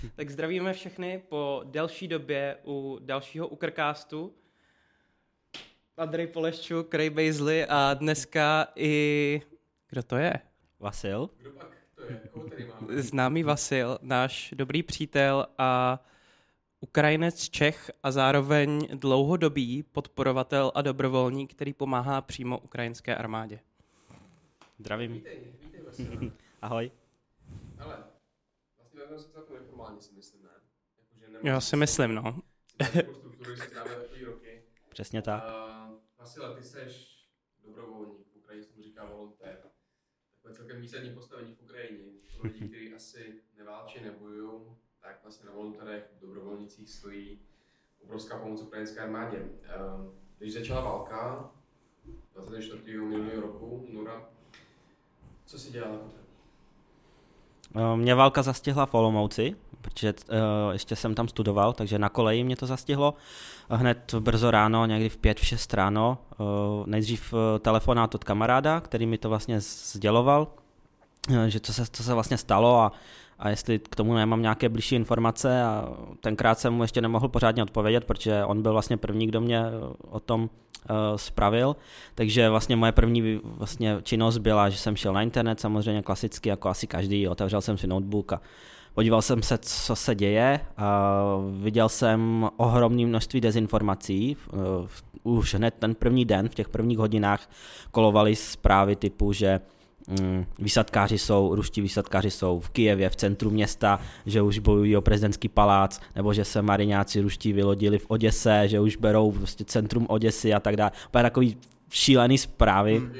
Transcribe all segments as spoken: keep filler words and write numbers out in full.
Tak zdravíme všechny po delší době u dalšího Ukrcastu. Andrej Poleščuk, Ray Bazley a dneska i... Kdo to je? Vasil. Kdo pak to je? Koho tady máme? Známý Vasil, náš dobrý přítel a Ukrajinec Čech a zároveň dlouhodobý podporovatel a dobrovolník, který pomáhá přímo ukrajinské armádě. Zdravím. Vítej, vítej Vasil. Ahoj. Ale vlastně takhle se celkem neformálně si myslím, ne? Jako, Já si myslím, no. Takovou strukturu, že si známe takový roky. Přesně tak. Uh, Vasile, ty seš dobrovolník, v Ukrajině se mu říká volontér. Takové celkem výsadní postavení v Ukrajině. Pro lidi, kteří asi neválčí, nebojují, tak vlastně na volontérech, dobrovolnicích stojí obrovská pomoc ukrajinské armádě. Uh, když začala válka dvacátého čtvrtého minulého roku, února, co si dělala poté? Mě válka zastihla v Olomouci, protože uh, ještě jsem tam studoval, takže na koleji mě to zastihlo. Hned brzo ráno, někdy v pět, v šest ráno, uh, nejdřív uh, telefonát od kamaráda, který mi to vlastně sděloval, uh, že co se, co se vlastně stalo a, a jestli k tomu nemám nějaké blížší informace. A tenkrát jsem mu ještě nemohl pořádně odpovědět, protože on byl vlastně první, kdo mě o tom uh, spravil. Takže vlastně moje první vlastně činnost byla, že jsem šel na internet, samozřejmě klasicky, jako asi každý, otevřel jsem si notebook a podíval jsem se, co se děje, a viděl jsem ohromné množství dezinformací. Už hned ten první den, v těch prvních hodinách kolovaly zprávy typu, že mm, výsadkáři jsou, ruští výsadkáři jsou v Kyjevě, v centru města, že už bojují o prezidentský palác, nebo že se mariňáci ruští vylodili v Oděse, že už berou prostě centrum Oděsy a tak dále. Úplně takový šílený zprávy. Hmm,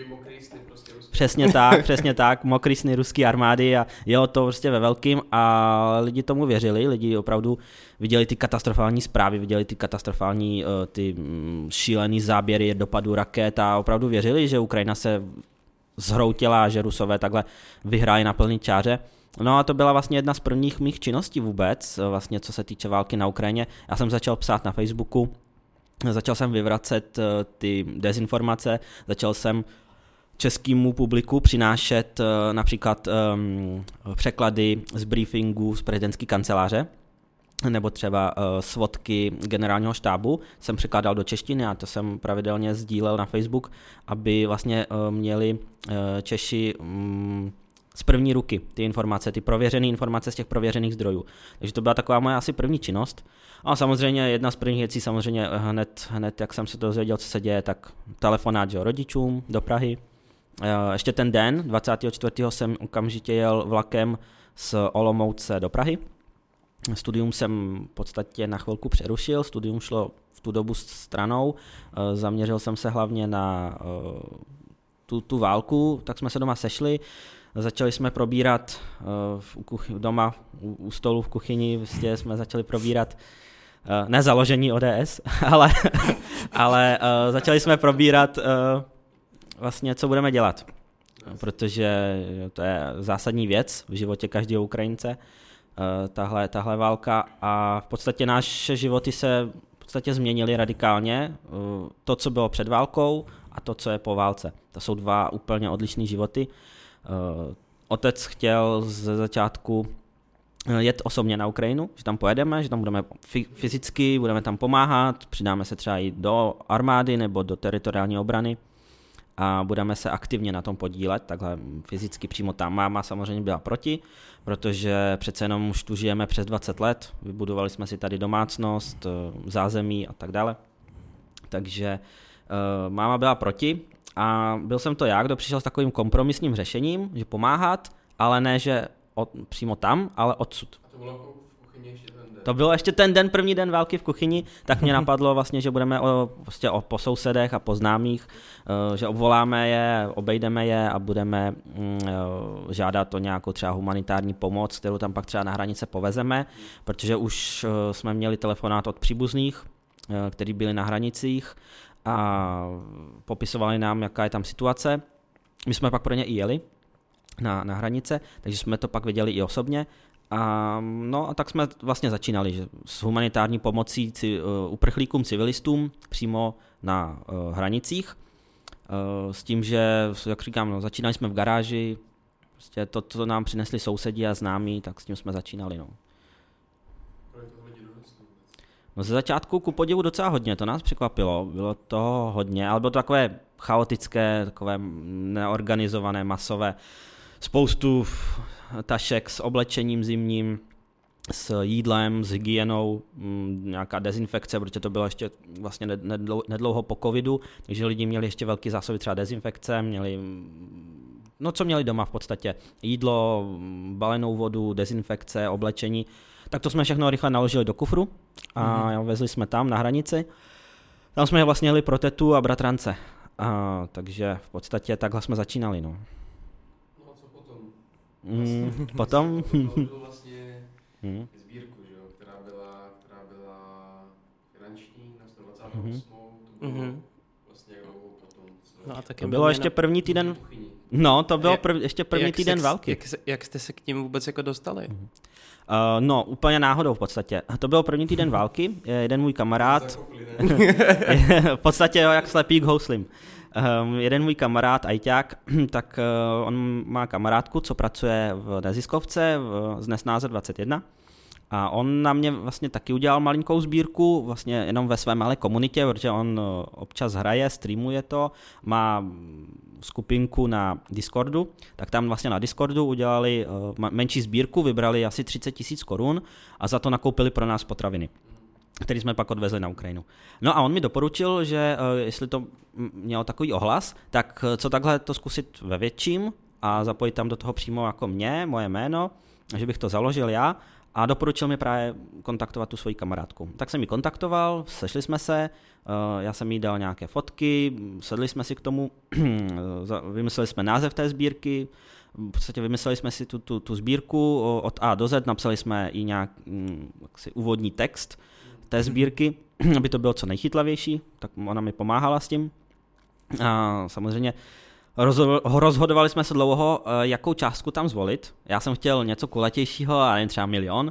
Přesně tak, přesně tak, mokrý sny ruské armády a jelo to prostě ve velkým a lidi tomu věřili, lidi opravdu viděli ty katastrofální zprávy, viděli ty katastrofální, ty šílený záběry dopadů raket a opravdu věřili, že Ukrajina se zhroutila a že Rusové takhle vyhráli na plný čáře. No a to byla vlastně jedna z prvních mých činností vůbec, vlastně co se týče války na Ukrajině. Já jsem začal psát na Facebooku, začal jsem vyvracet ty dezinformace, začal jsem českému publiku přinášet uh, například um, překlady z briefingů z prezidentské kanceláře nebo třeba uh, svodky generálního štábu jsem překládal do češtiny a to jsem pravidelně sdílel na Facebook, aby vlastně uh, měli uh, Češi um, z první ruky ty informace, ty prověřené informace z těch prověřených zdrojů. Takže to byla taková moje asi první činnost. A samozřejmě jedna z prvních věcí, samozřejmě hned, hned jak jsem se to dozvěděl, co se děje, tak telefonát že, rodičům do Prahy. Ještě ten den, dvacátého čtvrtého jsem okamžitě jel vlakem z Olomouce do Prahy. Studium jsem v podstatě na chvilku přerušil, studium šlo v tu dobu stranou, zaměřil jsem se hlavně na tu, tu válku, tak jsme se doma sešli, začali jsme probírat v kuchy, doma u, u stolu v kuchyni, vlastně jsme začali probírat ne založení O D S, ale, ale začali jsme probírat vlastně, co budeme dělat, protože to je zásadní věc v životě každého Ukrajince, tahle, tahle válka a v podstatě naše životy se v podstatě změnily radikálně, to, co bylo před válkou a to, co je po válce. To jsou dva úplně odlišné životy. Otec chtěl ze začátku jet osobně na Ukrajinu, že tam pojedeme, že tam budeme fyzicky, budeme tam pomáhat, přidáme se třeba i do armády nebo do teritoriální obrany a budeme se aktivně na tom podílet, takhle fyzicky přímo tam. Máma samozřejmě byla proti, protože přece jenom už tu žijeme přes dvacet let, vybudovali jsme si tady domácnost, zázemí a tak dále. Takže uh, máma byla proti a byl jsem to já, kdo přišel s takovým kompromisním řešením, že pomáhat, ale ne, že od, přímo tam, ale odsud. A to bylo jako v kuchyni ještě ten den? To bylo ještě ten den, první den války v kuchyni, tak mě napadlo vlastně, že budeme o, prostě o, po sousedech a po známých, uh, že obvoláme je, obejdeme je a budeme uh, žádat o nějakou třeba humanitární pomoc, kterou tam pak třeba na hranice povezeme, protože už uh, jsme měli telefonát od příbuzných, uh, kteří byli na hranicích a popisovali nám, jaká je tam situace. My jsme pak pro ně i jeli na, na hranice, takže jsme to pak viděli i osobně. A, no a tak jsme vlastně začínali, že s humanitární pomocí ci, uh, uprchlíkům, civilistům přímo na uh, hranicích. Uh, s tím, že, jak říkám, no, začínali jsme v garáži, prostě to, co nám přinesli sousedí a známí, tak s tím jsme začínali. No. No ze začátku ku podivu docela hodně, to nás překvapilo, bylo to hodně, ale bylo to takové chaotické, takové neorganizované, masové, spoustu tašek s oblečením zimním, s jídlem, s hygienou, nějaká dezinfekce, protože to bylo ještě vlastně nedlouho po covidu, takže lidi měli ještě velký zásoby třeba dezinfekce, měli, no co měli doma v podstatě, jídlo, balenou vodu, dezinfekce, oblečení, tak to jsme všechno rychle naložili do kufru a mm. vezli jsme tam na hranici, tam jsme vlastně jeli pro tetu a bratrance, a, takže v podstatě takhle jsme začínali, no. No a co potom? Mm, potom? vlastně Hmm. sbírku, že jo, která byla, která byla finanční na sto dvacet osm. Mm-hmm. To bylo mm-hmm. vlastně jak dlouho potom. Co... No a to bylo ještě první týden, no to bylo prv, ještě první týden se, války. Jak, jak jste se k ním vůbec jako dostali? Mm-hmm. Uh, no, úplně náhodou v podstatě. To byl první týden války, jeden můj kamarád, v podstatě jo, jak slepý k houslim. Um, jeden můj kamarád, ajťák, tak uh, on má kamarádku, co pracuje v neziskovce v, z Nesnáze dvacet jedna a on na mě vlastně taky udělal malinkou sbírku, vlastně jenom ve své malé komunitě, protože on uh, občas hraje, streamuje to, má skupinku na Discordu, tak tam vlastně na Discordu udělali uh, menší sbírku, vybrali asi třicet tisíc korun a za to nakoupili pro nás potraviny, který jsme pak odvezli na Ukrajinu. No a on mi doporučil, že uh, jestli to mělo takový ohlas, tak uh, co takhle to zkusit ve větším a zapojit tam do toho přímo jako mě, moje jméno, že bych to založil já a doporučil mi právě kontaktovat tu svoji kamarádku. Tak jsem ji kontaktoval, sešli jsme se, uh, já jsem jí dal nějaké fotky, sedli jsme si k tomu, vymysleli jsme název té sbírky, v podstatě vymysleli jsme si tu, tu, tu sbírku od A do Z, napsali jsme i nějak um, jaksi úvodní text té sbírky, aby to bylo co nejchytlavější, tak ona mi pomáhala s tím. A samozřejmě rozhodovali jsme se dlouho, jakou částku tam zvolit. Já jsem chtěl něco kulatějšího a jen třeba milion.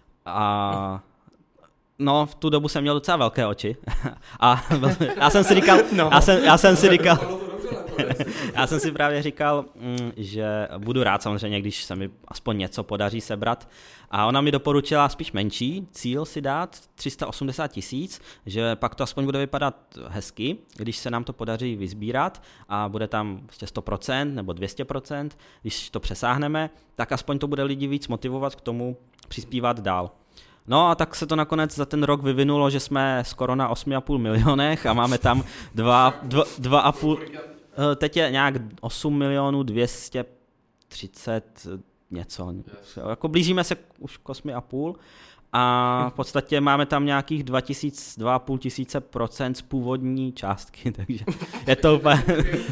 A no, v tu dobu jsem měl docela velké oči. A já jsem si říkal, no. já, jsem, já jsem si říkal, já jsem si právě říkal, že budu rád samozřejmě, když se mi aspoň něco podaří sebrat. A ona mi doporučila spíš menší cíl si dát, tři sta osmdesát tisíc, že pak to aspoň bude vypadat hezky, když se nám to podaří vysbírat a bude tam sto procent nebo dvě stě procent, když to přesáhneme, tak aspoň to bude lidi víc motivovat k tomu přispívat dál. No a tak se to nakonec za ten rok vyvinulo, že jsme skoro na osm a půl milionech a máme tam dva, dva, dva a půl, teď je nějak osm milionů dvě stě třicet něco, jako blížíme se už k osmi a půl a v podstatě máme tam nějakých dva tisíc, dva a půl tisíce procent z původní částky, takže je to úplně...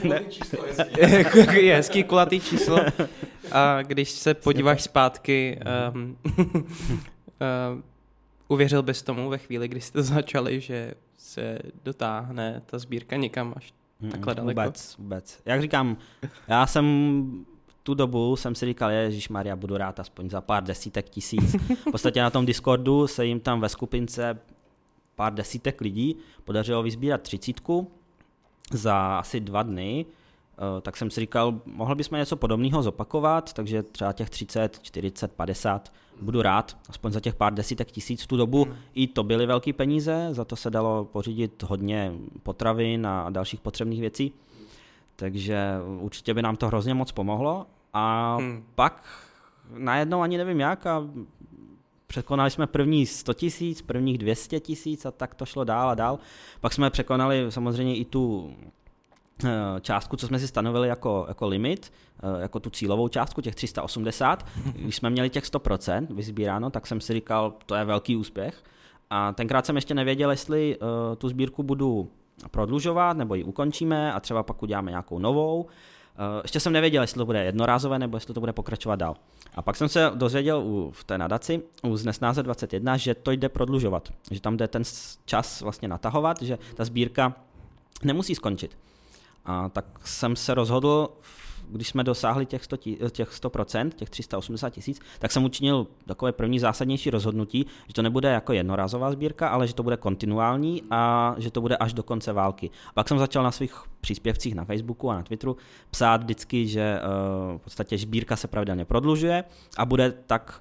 Je hezký kulatý číslo a když se podíváš zpátky, um, uh, uvěřil bys tomu ve chvíli, kdy jste začali, že se dotáhne ta sbírka někam až takhle daleko? Vůbec, vůbec. Jak říkám, já jsem... tu dobu jsem si říkal, ježišmarja, budu rád aspoň za pár desítek tisíc. V podstatě na tom Discordu se jim tam ve skupince pár desítek lidí podařilo vysbírat třicítku za asi dva dny, tak jsem si říkal, mohl bychom něco podobného zopakovat, takže třeba těch třicet, čtyřicet, padesát budu rád, aspoň za těch pár desítek tisíc v tu dobu. Hmm. I to byly velké peníze, za to se dalo pořídit hodně potravin a dalších potřebných věcí, takže určitě by nám to hrozně moc pomohlo. A hmm. pak najednou ani nevím jak a překonali jsme první sto tisíc, prvních dvě stě tisíc a tak to šlo dál a dál. Pak jsme překonali samozřejmě i tu částku, co jsme si stanovili jako, jako limit, jako tu cílovou částku, těch tři sta osmdesát. Když jsme měli těch sto procent vysbíráno, tak jsem si říkal, to je velký úspěch. A tenkrát jsem ještě nevěděl, jestli uh, tu sbírku budu prodlužovat, nebo ji ukončíme a třeba pak uděláme nějakou novou. Ještě jsem nevěděl, jestli to bude jednorázové, nebo jestli to bude pokračovat dál. A pak jsem se dozvěděl u, v té nadaci, u z Nesnáze dvacet jedna, že to jde prodlužovat. Že tam jde ten čas vlastně natahovat, že ta sbírka nemusí skončit. A tak jsem se rozhodl, když jsme dosáhli těch sto, těch sto procent, těch tři sta osmdesát tisíc, tak jsem učinil takové první zásadnější rozhodnutí, že to nebude jako jednorázová sbírka, ale že to bude kontinuální a že to bude až do konce války. A pak jsem začal na svých příspěvcích na Facebooku a na Twitteru psát vždycky, že uh, v podstatě sbírka se pravidelně prodlužuje a bude tak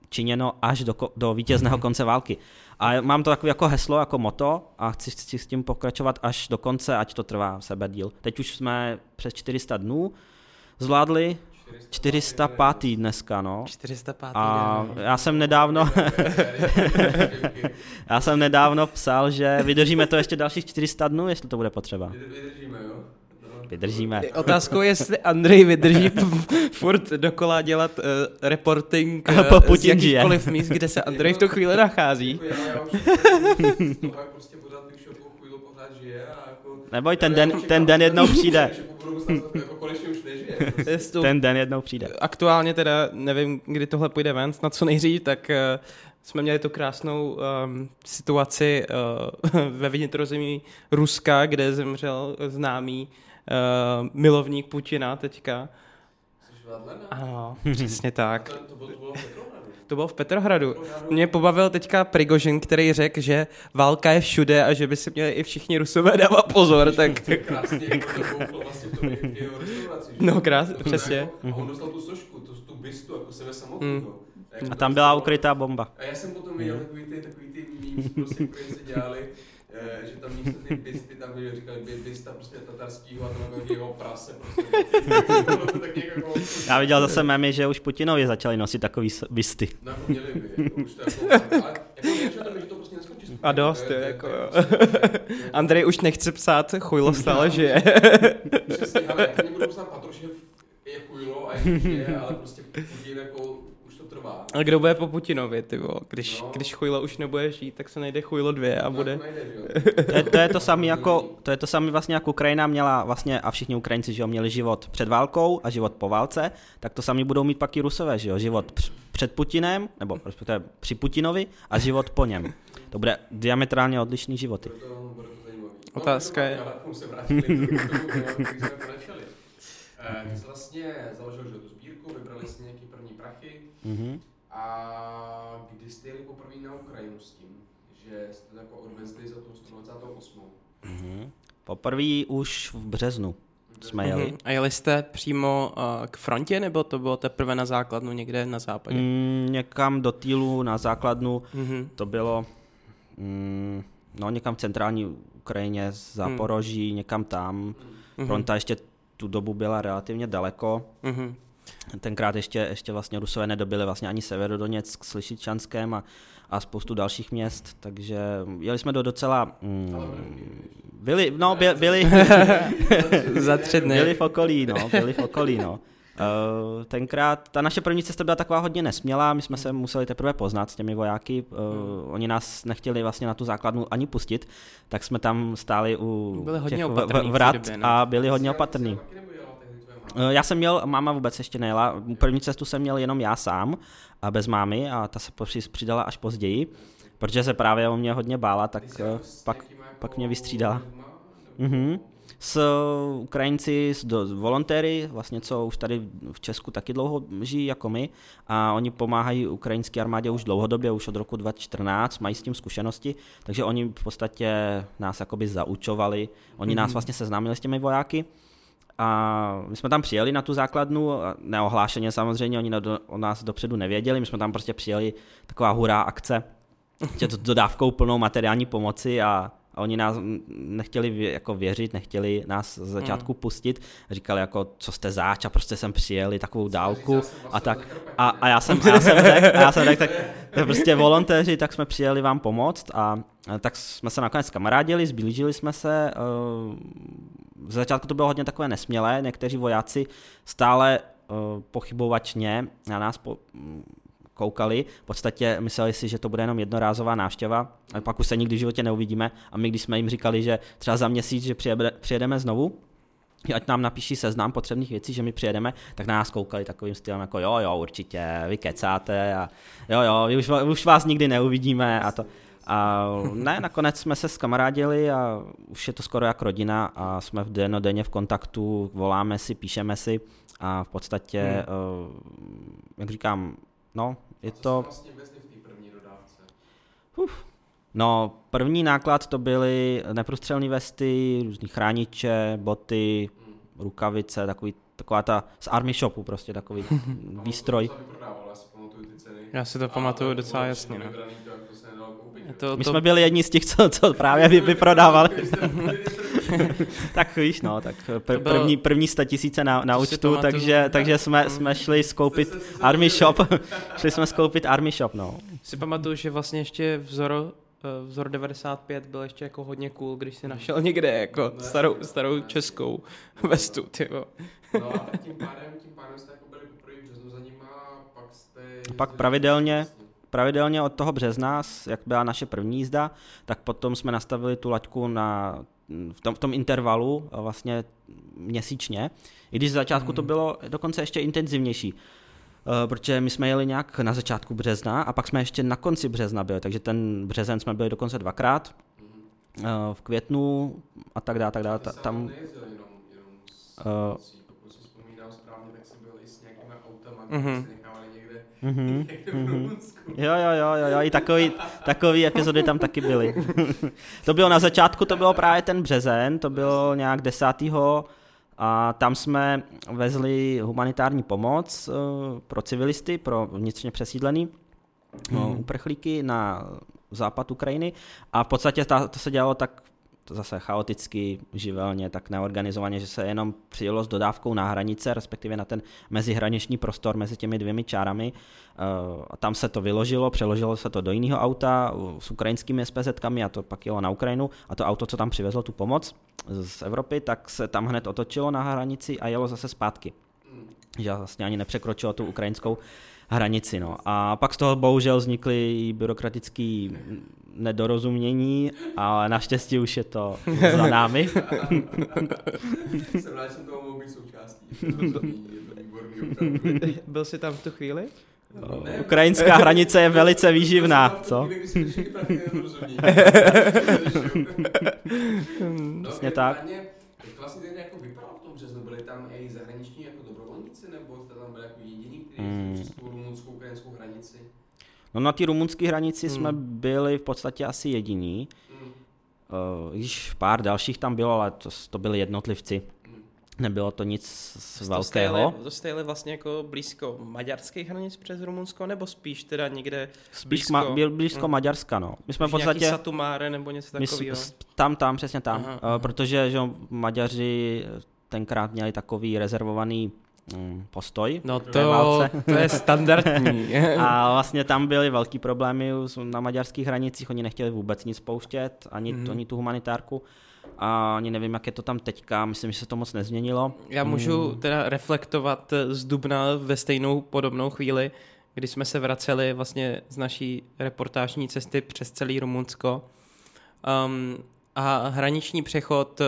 činěno až do, do vítězného konce války. A mám to takové jako heslo, jako moto a chci, chci s tím pokračovat až do konce, ať to trvá sebedíl. Teď už jsme přes čtyři sta dnů zvládli, čtyři sta pět dneska, no. čtyři sta pět A já jsem nedávno já jsem nedávno psal, že vydržíme to ještě dalších čtyři sta dnů, jestli to bude potřeba. Vydržíme, jo? Vydržíme. Otázkou je, jestli Andrej vydrží furt dokola dělat uh, reporting uh, Po z jakýchkoliv míst, kde se Andrej v tu chvíli nachází. Já, já už to prostě pořád tu šoku chvíli pořád žije a jako... Neboj, ten den, ten den jednou přijde. Jako konečně už nežije. Prostě. Ten den jednou přijde. Aktuálně teda, nevím, kdy tohle půjde ven, snad co nejdřív, tak uh, jsme měli tu krásnou um, situaci uh, ve vnitrozemí Ruska, kde zemřel známý uh, milovník Putina teďka. Jsi Vladlena? Ano, přesně tak. To, to, bylo, to bylo v Petrohradu. To bylo v Petrohradu. Mě pobavil teďka Prigožin, který řekl, že válka je všude a že by si měli i všichni Rusové dávat pozor. Tak... Krásně jako to koupil vlastně v tom jeho restauraci. No krásně, přesně. A on dostal tu sošku, tu, tu bystu, jako sebe samotného. Mm. A tam byla ukrytá bomba. A já jsem potom viděl takový ty, takový ty memes, prostě, které se dělali, že tam místo ty bysty, tam by říkali by, bysta prostě tatarskýho a tam jako jeho prase. Prostě. To tak jako... Já viděl zase memy, že už Putinovi začali nosit takový bysty. No jako měli by, jako už to jako... Ale jako nečel tam, že to prostě neskončí. A dost, jo, jako jo. Andrej už nechce psát, chujlo stále žije. Přesně, ale já nebudu psát Patrušev je chujlo a je žije, ale prostě Putin jako... A kdo bude po Putinovi, ty vole? Když, no. když chujlo už nebude žít, tak se najde chujlo dvě a bude... To je, to je to samé jako, to je to samé vlastně jako Ukrajina měla vlastně a všichni Ukrajinci, že jo, měli život před válkou a život po válce, tak to sami budou mít pak i Rusové, že jo, život před Putinem, nebo respektive při Putinovi a život po něm. To bude diametrálně odlišný životy. Bude to, bude to zajímavý. Otázka je... No, se vrátili k tomu, který jsme konečali. Ty jsi vlastně založil že tu sbírku, vybrali jsi nějaký první prachy. Mm-hmm. A kdy jste jeli poprvé na Ukrajinu s tím, že jste to jako odvezli za tu sto dvacet osm? Mm-hmm. Poprvé už v březnu jsme jeli. Mm-hmm. A jeli jste přímo uh, k frontě, nebo to bylo teprve na základnu někde na západě? Mm, někam do Týlu na základnu, mm-hmm. to bylo mm, no někam v centrální Ukrajině, Zaporoží, mm. někam tam. Mm-hmm. Fronta ještě tu dobu byla relativně daleko. Mm-hmm. Tenkrát ještě, ještě vlastně Rusové nedobili vlastně ani Severodoněck s Lysyčanskem a, a spoustu dalších měst, takže jeli jsme do docela... Mm, byli, no, by, byli... Za tři dny. Byli v okolí, no, byli v okolí, no. Uh, tenkrát, ta naše první cesta byla taková hodně nesmělá, my jsme se museli teprve poznat s těmi vojáky, uh, hmm. oni nás nechtěli vlastně na tu základnu ani pustit, tak jsme tam stáli u těch v, vrat době, a byli hodně opatrní. Já jsem měl, máma vůbec ještě nejela, první cestu jsem měl jenom já sám a bez mámy a ta se přidala až později, protože se právě o mě hodně bála, tak pak, pak mě vystřídala. Mhm. S Ukrajinci, s do, volontéry, vlastně co už tady v Česku taky dlouho žijí jako my a oni pomáhají ukrajinské armádě už dlouhodobě, už od roku dva tisíce čtrnáct, mají s tím zkušenosti, takže oni v podstatě nás jakoby zaučovali, oni mm-hmm. nás vlastně seznámili s těmi vojáky. A my jsme tam přijeli na tu základnu, neohlášeně samozřejmě, oni do, o nás dopředu nevěděli, my jsme tam prostě přijeli, taková hurá akce, s dodávkou plnou materiální pomoci a, a oni nás nechtěli vě, jako věřit, nechtěli nás z začátku mm. pustit, říkali jako, co jste záč a prostě jsem přijeli takovou dálku a tak. A, a já jsem, já jsem řekl, a já jsem řekl, tak to prostě volontéři, tak jsme přijeli vám pomoct a, a tak jsme se nakonec kamarádili, zblížili jsme se. Uh, v začátku to bylo hodně takové nesmělé, někteří vojáci stále uh, pochybovačně na nás po, um, koukali, v podstatě mysleli si, že to bude jenom jednorázová návštěva, ale pak už se nikdy v životě neuvidíme a my, když jsme jim říkali, že třeba za měsíc, že přijede, přijedeme znovu, ať nám napíší seznam potřebných věcí, že my přijedeme, tak na nás koukali takovým stylem jako jo, jo, určitě, vy kecáte a jo, jo, už, už vás nikdy neuvidíme a to. A ne, nakonec jsme se skamarádili a už je to skoro jak rodina a jsme v dennodenně v kontaktu, voláme si, píšeme si a v podstatě, hmm. uh, jak říkám, no, je to... A co jste vlastně vezli v té první dodávce? Uf. No, první náklad to byly neprůstřelné vesty, různý chrániče, boty, hmm. rukavice, takový, taková ta z Army Shopu prostě, takový výstroj. pamatuju ty ceny. Já si to pamatuju docela jasně, no. To se nedalo koupit. To, My to... jsme byli jedni z těch, co, co právě vy, vyprodávali. Tak víš, no, tak pr- první, první sta tisíce na, na účtu, takže, takže jsme, jsme šli skoupit Army Shop. Šli jsme skoupit Army Shop, no. Si pamatuju, že vlastně ještě vzor, vzor devadesát pět byl ještě jako hodně cool, když si našel někde jako starou, starou českou vestu, tyjo. No a tak tím pádem, tím pádem jste jako byli poprvé v březnu za nima, pak jste... Pak pravidelně, pravidelně od toho března, jak byla naše první jízda, tak potom jsme nastavili tu laťku na, v, tom, v tom intervalu vlastně měsíčně, i když z začátku to bylo dokonce ještě intenzivnější. Uh, protože my jsme jeli nějak na začátku března a pak jsme ještě na konci března byli, takže ten březen jsme byli dokonce dvakrát, uh, v květnu a tak dále, tak dále. Ta, tam... Nejezdil jenom, jenom s uh, pokud si vzpomínám správně, tak jsem byl i s nějakými autama, které uh-huh. jste nechávali někde, uh-huh. někde v Rumunsku. Jo, jo, jo, jo, jo, i takový, takový epizody tam taky byly. To bylo na začátku, to bylo právě ten březen, to bylo nějak desátého a tam jsme vezli humanitární pomoc uh, pro civilisty, pro vnitřně přesídlený hmm. uh, uprchlíky na západ Ukrajiny a v podstatě ta, to se dělalo tak to zase chaoticky, živelně, tak neorganizovaně, že se jenom přijelo s dodávkou na hranice, respektive na ten mezihraniční prostor mezi těmi dvěmi čárami. Uh, a tam se to vyložilo, přeložilo se to do jiného auta uh, s ukrajinskými SPZkami a to pak jelo na Ukrajinu a to auto, co tam přivezlo tu pomoc z Evropy, tak se tam hned otočilo na hranici a jelo zase zpátky. Že vlastně ani nepřekročilo tu ukrajinskou hranici. No. A pak z toho bohužel vznikly byrokratické nedorozumění, ale naštěstí už je to za námi. Jsem rád, že jsem toho mohl být součástí. Byl jsi tam v tu chvíli? No, ukrajinská hranice je velice výživná, co? Vlastně tak. Jak vlastně ten jako vypadal v tom březnu? Byli tam i zahraniční jako dobrovolníci, nebo jste tam byli jako jediní, kteří jezdili přes tu rumunskou, ukrajinskou hranici? No na té rumunské hranici hmm. jsme byli v podstatě asi jediní. Hmm. Uh, když pár dalších tam bylo, ale to, to byli jednotlivci. Hmm. Nebylo to nic z velkého. To jste jeli vlastně jako blízko maďarských hranic přes Rumunsko, nebo spíš teda někde Spíš blízko? Ma, byl blízko hmm. Maďarska, no. My jsme v podstatě... Nějaký Satumáre nebo něco takového? Tam, tam, přesně tam. Aha, uh, aha. Protože že Maďaři tenkrát měli takový rezervovaný mm, postoj. No to, to je standardní. A vlastně tam byly velký problémy na maďarských hranicích, oni nechtěli vůbec nic pouštět, ani, mm. ani tu humanitárku. A ani nevím, jak je to tam teďka, myslím, že se to moc nezměnilo. Já můžu teda reflektovat z dubna ve stejnou podobnou chvíli, kdy jsme se vraceli vlastně z naší reportážní cesty přes celý Rumunsko. Um, a hraniční přechod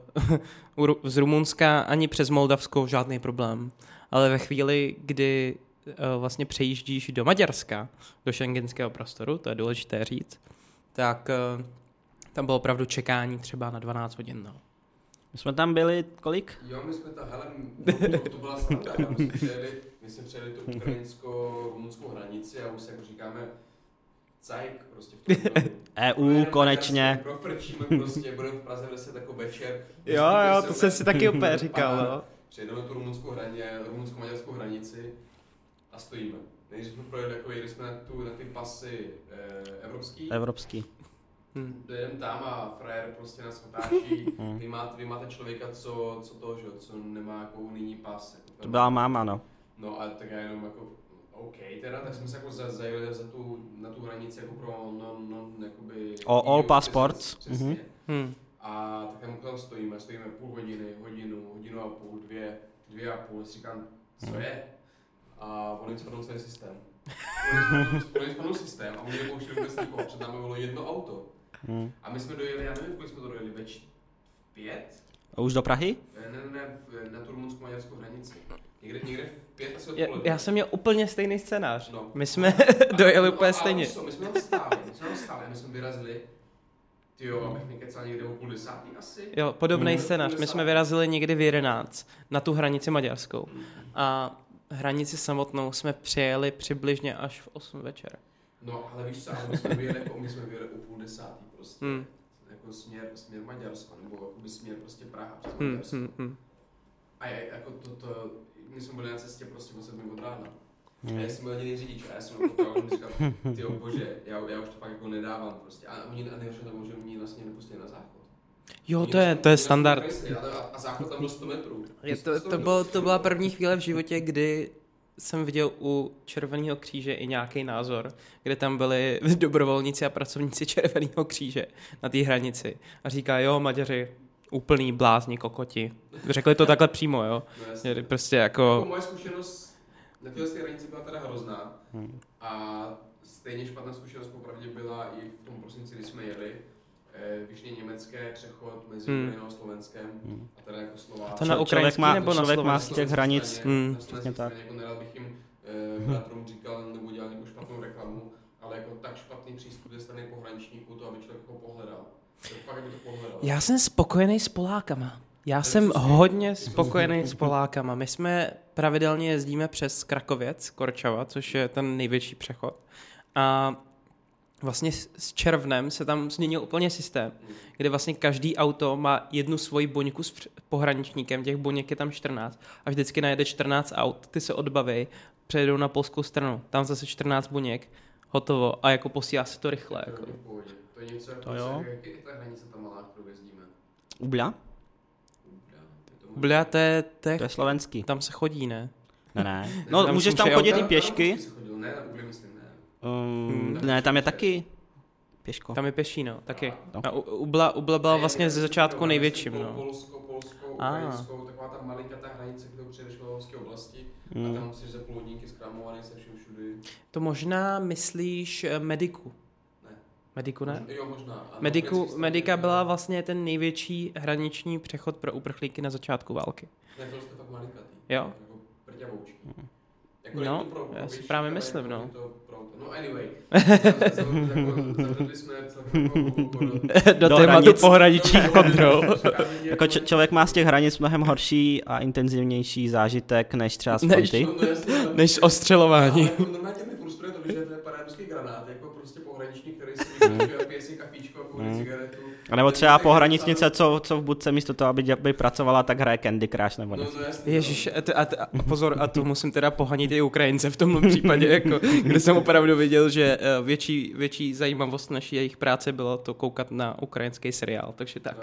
uh, z Rumunska ani přes Moldavsko žádný problém. Ale ve chvíli, kdy uh, vlastně přejíždíš do Maďarska, do schengenského prostoru, to je důležité říct, tak uh, tam bylo opravdu čekání třeba na dvanáct hodin. No. My jsme tam byli kolik? Jo, my jsme tam, hele, no, to, to byla sranda, my jsme přijeli, my jsme přijeli tu ukrajinsko-rumunskou hranici a už se jako říkáme cajk, prostě v tom E U, konečně. Profrčíme prostě, budeme v Praze v deset jako večer. Jo, jo, to jsem si taky úplně říkal, no. Přijedeme tu rumunskou hraně, rumunsko-maďarskou hranici a stojíme. Nejdřív jsme projeli, jako jeli jsme na, tu, na ty pasy eh, evropský. Evropský. Hmm. Dojedeme tam a frajer prostě nás otáčí. Vy máte, vy máte člověka, co, co to, že, co nemá jako unijní pas. Jako to byla máma, no. No a tak já jenom jako, OK, teda, tak jsme se jako zajeli za tu, na tu hranici jako pro non, non, jakoby... All, all passports. Přesně. Mm-hmm. A tak tam, tam stojíme, stojíme půl hodiny, hodinu, hodinu a půl, dvě, dvě a půl, si říkám, co mm. je? A on jim spadl celý systém. On jim spadl systém a oni nepouštěli vůbec nikoho, před námi bylo jedno auto. Hmm. A my jsme dojeli, já nevím, kolik jsme to dojeli, ve č- v pět? A už do Prahy? Ne, ne, ne, na tu rumunskou-maďarskou hranici. Někde, někde v pět asi já, odpoledne. já jsem měl úplně stejný scénář. No. My jsme dojeli úplně stejně. No, my jsme tam stáli, my jsme tam stáli a my jsme vyrazili, tyjo, abych nekecal někde o půl desátý asi. Jo, podobný hmm. scénář. My jsme vyrazili někdy v jedenáct na tu hranici maďarskou. A hranici samotnou jsme přijeli přibližně až v osm večer. No, ale víš co, ale my jsme vyjeli, jako, my jsme vyjeli o půl desátý prostě. Hmm. Jako směr, směr Maďarsko, nebo jakoby směr prostě Praha přes hmm, Maďarsko. Hmm, hmm. A je, jako to, to, my jsme byli na cestě prostě o sedmi od rána. A já jsem byl jediný řidič a já jsem opravdu říkal, tyjo bože, já, já už to fakt jako nedávám prostě. A oni nejhorší tomu, že mě vlastně nepustili na záchod. Jo, to je, to je standard. A, a záchod tam byl sto metrů. Je to, to, bylo, to byla první chvíle v životě, kdy jsem viděl u Červeného kříže i nějaký názor, kde tam byli dobrovolníci a pracovníci Červeného kříže na té hranici. A říká, jo, Maďaři, úplný blázni, kokoti. Řekli to takhle přímo, jo. No, prostě jako... jako... Moje zkušenost na téhle hranici byla teda hrozná. Hmm. A stejně špatná zkušenost popravdě byla i v tom prosinci, kdy jsme jeli. Vyšně německé přechod mezi hmm. Ukrajinou a Slovenskem hmm. a teda jako Slováci. To na ukrajinský má, nebo na člověk má z těch hranic. Hmm. Přesně tak. Jako nerad bych jim eh, bratrům říkal nebo dělal nějakou špatnou reklamu, ale jako tak špatný přístup ze strany pohraničníků, to aby člověk ho pohledal. To fakt, aby to pohledal. Já jsem spokojený s Polákama. Já jsem hodně spokojený s Polákama. My jsme pravidelně jezdíme přes Krakověc, Korčava, což je ten největší přechod. A vlastně s červnem se tam změnil úplně systém, kde vlastně každý auto má jednu svoji buňku s pohraničníkem, těch buněk je tam čtrnáct a vždycky najede čtrnáct aut, ty se odbaví, přejedou na polskou stranu, tam zase čtrnáct buněk, hotovo a jako posílá se to rychle. Jako. To je něco, to jo. Jak je ta hranice ta malá, kterou jezdíme? Ubla? Ubla, to je, to je, to je slovenský. Tam se chodí, ne? Ne, ne. No, tam můžeš tam chodit i pěšky. Ne, na Ubli myslím, ne. Um, hmm. Ne, tam je taky pěško. Tam je pěší, no, taky. No. A Ubla, Ubla byla vlastně ze začátku největším, no. Polsko, Polskou, Ukrajinskou, taková ta malinkatá hranice, kterou přejdeš v Lovovské oblasti hmm. a tam si ze plodníky zkrámovaný se všem všudy. To možná myslíš Mediku? Ne. Mediku ne? Jo, možná. Mediku, Medika byla vlastně ten největší hraniční přechod pro uprchlíky na začátku války. Ne, to je fakt malinkatý. Jo. Jako prťavoučky. Jako no, já si právě myslím, no. No anyway, zavřeli jsme do tématu pohraničních kontrol. Jako č- člověk má z těch hranic mnohem horší a intenzivnější zážitek než třeba z fronty. Než z ostřelování. Normálně mě frustruje to, že to je parábský granát, jako prostě pohraničník, který si vyšel, pije si kafíčko a kouří cigaretu. A nebo třeba pohraničnice, co, co v budce místo toho, aby, aby pracovala, tak hraje Candy Crush nebo ne. Ježiš, a, t- a, t- a pozor, a tu musím teda pohanit i Ukrajince v tomhle případě, jako, kde jsem opravdu viděl, že větší, větší zajímavost naší jejich práce bylo to koukat na ukrajinský seriál, takže tak.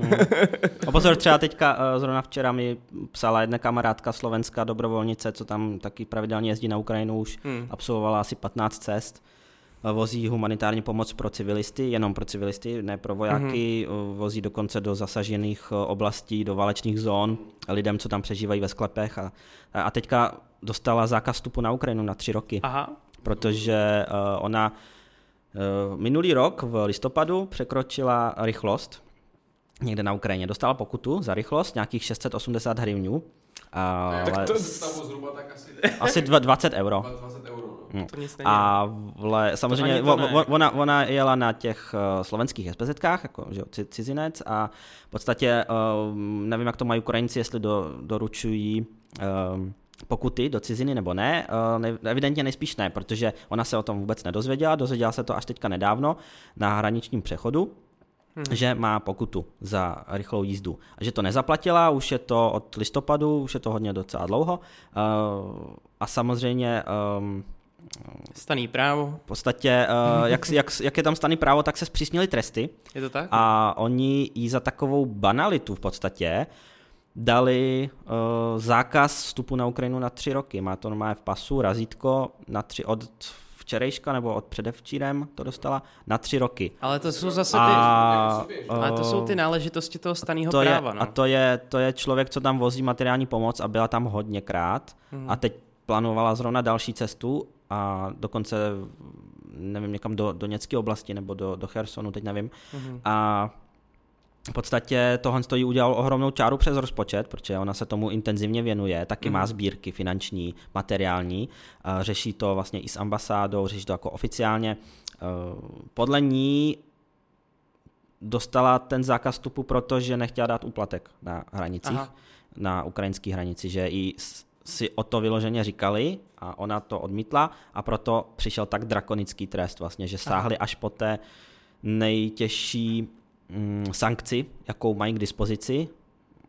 A pozor, třeba teďka, zrovna včera mi psala jedna kamarádka slovenská dobrovolnice, co tam taky pravidelně jezdí na Ukrajinu, už hmm. absolvovala asi patnáct cest. Vozí humanitární pomoc pro civilisty, jenom pro civilisty, ne pro vojáky, mm-hmm. vozí dokonce do zasažených oblastí, do válečných zón, lidem, co tam přežívají ve sklepech. A, a teďka dostala zákaz vstupu na Ukrajinu na tři roky, Aha. protože uh, ona uh, minulý rok v listopadu překročila rychlost někde na Ukrajině. Dostala pokutu za rychlost, nějakých šest set osmdesát hryvňů. Ale tak to stalo zhruba tak asi... Asi dvacet euro. dvacet euro, no. Hmm. A vle, samozřejmě to to ona, ona jela na těch uh, slovenských es pé zetkách, jako že, cizinec a v podstatě uh, nevím, jak to mají Ukrajinci, jestli do, doručují uh, pokuty do ciziny nebo ne. Uh, ne. Evidentně nejspíš ne, protože ona se o tom vůbec nedozvěděla, dozvěděla se to až teďka nedávno na hraničním přechodu. Hmm. že má pokutu za rychlou jízdu. A že to nezaplatila, už je to od listopadu, už je to hodně docela dlouho. Uh, a samozřejmě... Um, Staný právo. V podstatě, uh, jak, jak, jak je tam staný právo, tak se zpřísnily tresty. Je to tak? A oni jí za takovou banalitu v podstatě dali uh, zákaz vstupu na Ukrajinu na tři roky. Má to normálně v pasu, razítko na tři od... včerejška nebo od předevčírem to dostala na tři roky. Ale to jsou zase ty, a, ale to jsou ty náležitosti toho staného to práva. Je, no. A to je, to je člověk, co tam vozí materiální pomoc a byla tam hodněkrát hmm. a teď plánovala zrovna další cestu a dokonce nevím, někam do Doněcké oblasti nebo do, do Chersonu, teď nevím. Hmm. A v podstatě tohle stojí udělal ohromnou čáru přes rozpočet, protože ona se tomu intenzivně věnuje, taky mm. má sbírky finanční, materiální, řeší to vlastně i s ambasádou, řeší to jako oficiálně. Podle ní dostala ten zákaz vstupu, protože nechtěla dát úplatek na hranicích, Aha. na ukrajinské hranici, že i si o to vyloženě říkali a ona to odmítla a proto přišel tak drakonický trest vlastně, že sáhli Aha. až po té nejtěžší sankci, jakou mají k dispozici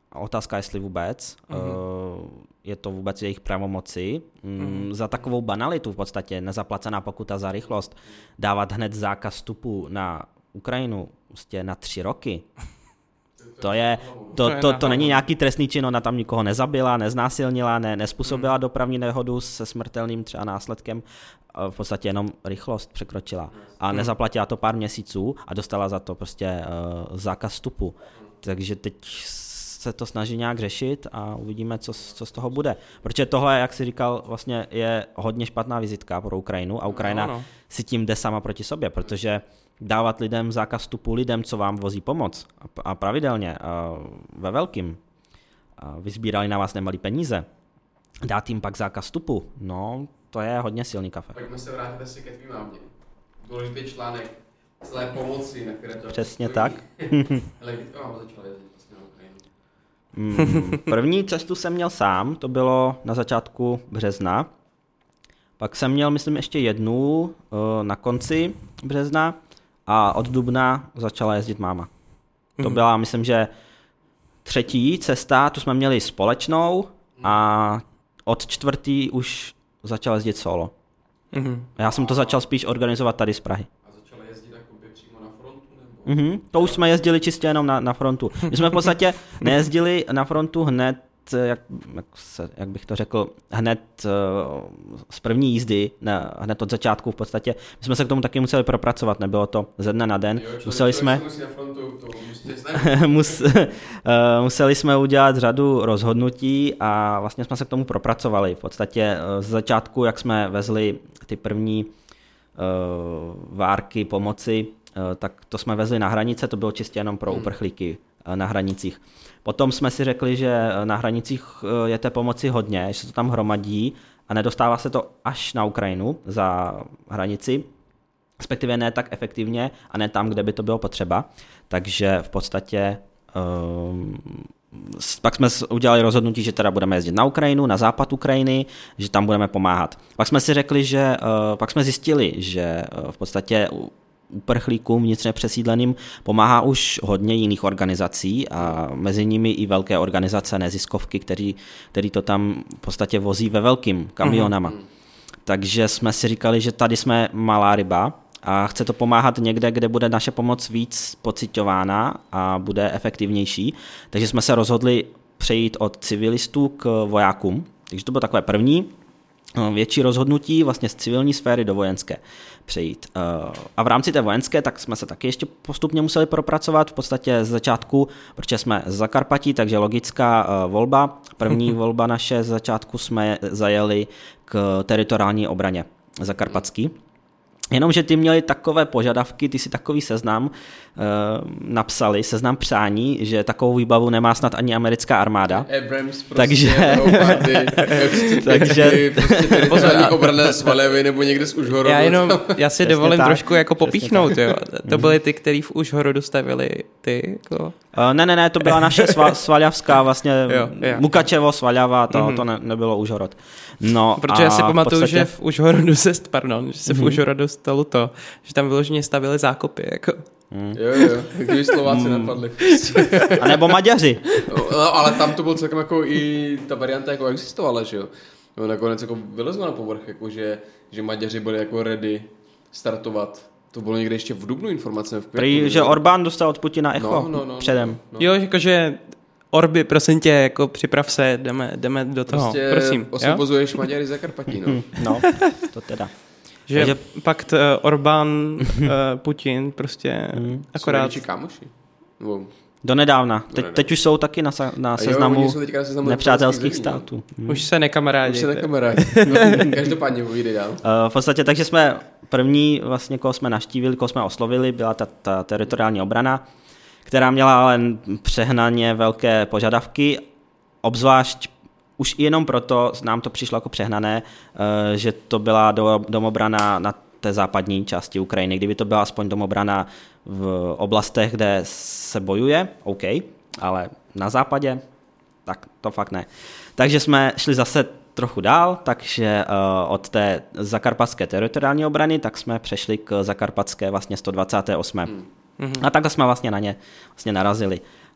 otázka, jestli vůbec, mm-hmm. je to vůbec jejich pravomoci. Mm-hmm. Za takovou banalitu v podstatě, nezaplacená pokuta za rychlost, dávat hned zákaz vstupu na Ukrajinu prostě na tři roky. To je, to, to, to není nějaký trestný čin, ona tam nikoho nezabila, neznásilnila, ne, nespůsobila hmm. dopravní nehodu se smrtelným třeba následkem, v podstatě jenom rychlost překročila. A nezaplatila to pár měsíců a dostala za to prostě uh, zákaz vstupu. Takže teď se to snaží nějak řešit a uvidíme, co, co z toho bude. Protože tohle, jak jsi říkal, vlastně je hodně špatná vizitka pro Ukrajinu a Ukrajina no, no. si tím jde sama proti sobě, protože dávat lidem zákaz vstupu, lidem, co vám vozí pomoc a pravidelně a ve velkým, a vyzbírali na vás nemalý peníze, dát jim pak zákaz vstupu, no to je hodně silný kafe. Pojďme se vrátit asi ke tvým mámě. Důležitý článek celé pomoci, na které to přesně tak. Ale kdy to vám začala jezdit vlastně na Ukrajinu? Mm, první cestu jsem měl sám, to bylo na začátku března. Pak jsem měl, myslím, ještě jednu na konci března a od dubna začala jezdit máma. Mm. To byla, myslím, že třetí cesta, tu jsme měli společnou a od čtvrtý už začala jezdit solo. Mm. Já jsem to začal spíš organizovat tady z Prahy. A začala jezdit jakoby přímo na frontu? Nebo? Mm-hmm. To už jsme jezdili čistě jenom na, na frontu. My jsme v podstatě nejezdili na frontu hned, jak, jak, se, jak bych to řekl, hned uh, z první jízdy, ne, hned od začátku v podstatě. My jsme se k tomu taky museli propracovat, nebylo to ze dne na den. Jo, člověk, museli jsme, musí na frontu, to mus, uh, museli jsme udělat řadu rozhodnutí a vlastně jsme se k tomu propracovali. V podstatě uh, z začátku, jak jsme vezli ty první uh, várky pomoci, uh, tak to jsme vezli na hranice, to bylo čistě jenom pro hmm. uprchlíky uh, na hranicích. Potom jsme si řekli, že na hranicích je té pomoci hodně, že se to tam hromadí a nedostává se to až na Ukrajinu za hranici, respektive ne tak efektivně a ne tam, kde by to bylo potřeba. Takže v podstatě um, pak jsme udělali rozhodnutí, že teda budeme jezdit na Ukrajinu, na západ Ukrajiny, že tam budeme pomáhat. Pak jsme si řekli, že uh, pak jsme zjistili, že uh, v podstatě uprchlíkům vnitřně přesídleným pomáhá už hodně jiných organizací a mezi nimi i velké organizace, neziskovky, který, který to tam v podstatě vozí ve velkým kamionama. Mm-hmm. Takže jsme si říkali, že tady jsme malá ryba a chce to pomáhat někde, kde bude naše pomoc víc pociťována a bude efektivnější. Takže jsme se rozhodli přejít od civilistů k vojákům. Takže to bylo takové první větší rozhodnutí vlastně z civilní sféry do vojenské přejít. A v rámci té vojenské tak jsme se taky ještě postupně museli propracovat v podstatě z začátku, protože jsme z Zakarpatí, takže logická volba. První volba naše z začátku jsme zajeli k teritoriální obraně zakarpatský. Jenomže ty měli takové požadavky, ty si takový seznam uh, napsali, seznam přání, že takovou výbavu nemá snad ani americká armáda. Abrams prostě, takže, takže prostě obrana z Valjavy nebo někde z Užhorodu. Já jenom, já si dovolím tak, trošku jako popíchnout, jo. To byly ty, který v Užhorodu stavili ty, jako... Uh, ne, ne, ne, to byla naše sva, svaljavská, vlastně jo, jo. Mukačevo, Svaljava, to, mm-hmm. to ne, nebylo Užhorod. No, protože já si pamatuju, podstatě... že v Užhorodu se, pardon, že se v Užhorodu stalo to, že tam vyloženě stavili zákopy, jako. Mm. Jo, jo, kdyby Slováci mm. napadli. A nebo Maďaři. No, ale tam to bylo celkem jako i ta varianta jako existovala, že jo. No, nakonec jako vylezlo na povrch, jako že, že Maďaři byli jako ready startovat. To bylo někde ještě v dubnu informace. V květnu, Prý, že Orbán dostal od Putina echo no, no, no, předem. No, no. Jo, jakože Orbi, prosím tě, jako připrav se, jdeme, jdeme do toho, prostě prosím. osvobozuješ Maďary Zakarpatí, no. No, to teda. Že Takže... pakt uh, Orbán, uh, Putin, prostě mm. akorát... Jsou kámoši? Wow. Donedávna. Teď, teď už jsou taky na, na seznamu, jo, na seznamu nepřátelských států. Hmm. Už se nekamarádí. Už se nekamarádí. No, každopádně povídej dál. Uh, v podstatě, takže jsme první, vlastně, koho jsme navštívili, koho jsme oslovili, byla ta, ta teritoriální obrana, která měla ale přehnaně velké požadavky, obzvlášť už jenom proto nám to přišlo jako přehnané, že to byla domobrana na té západní části Ukrajiny. Kdyby to byla aspoň domobrana v oblastech, kde se bojuje, OK, ale na západě, tak to fakt ne. Takže jsme šli zase trochu dál, takže od té zakarpatské teritoriální obrany, tak jsme přešli k zakarpatské vlastně sto dvacáté osmé Hmm. A takhle jsme vlastně na ně vlastně narazili.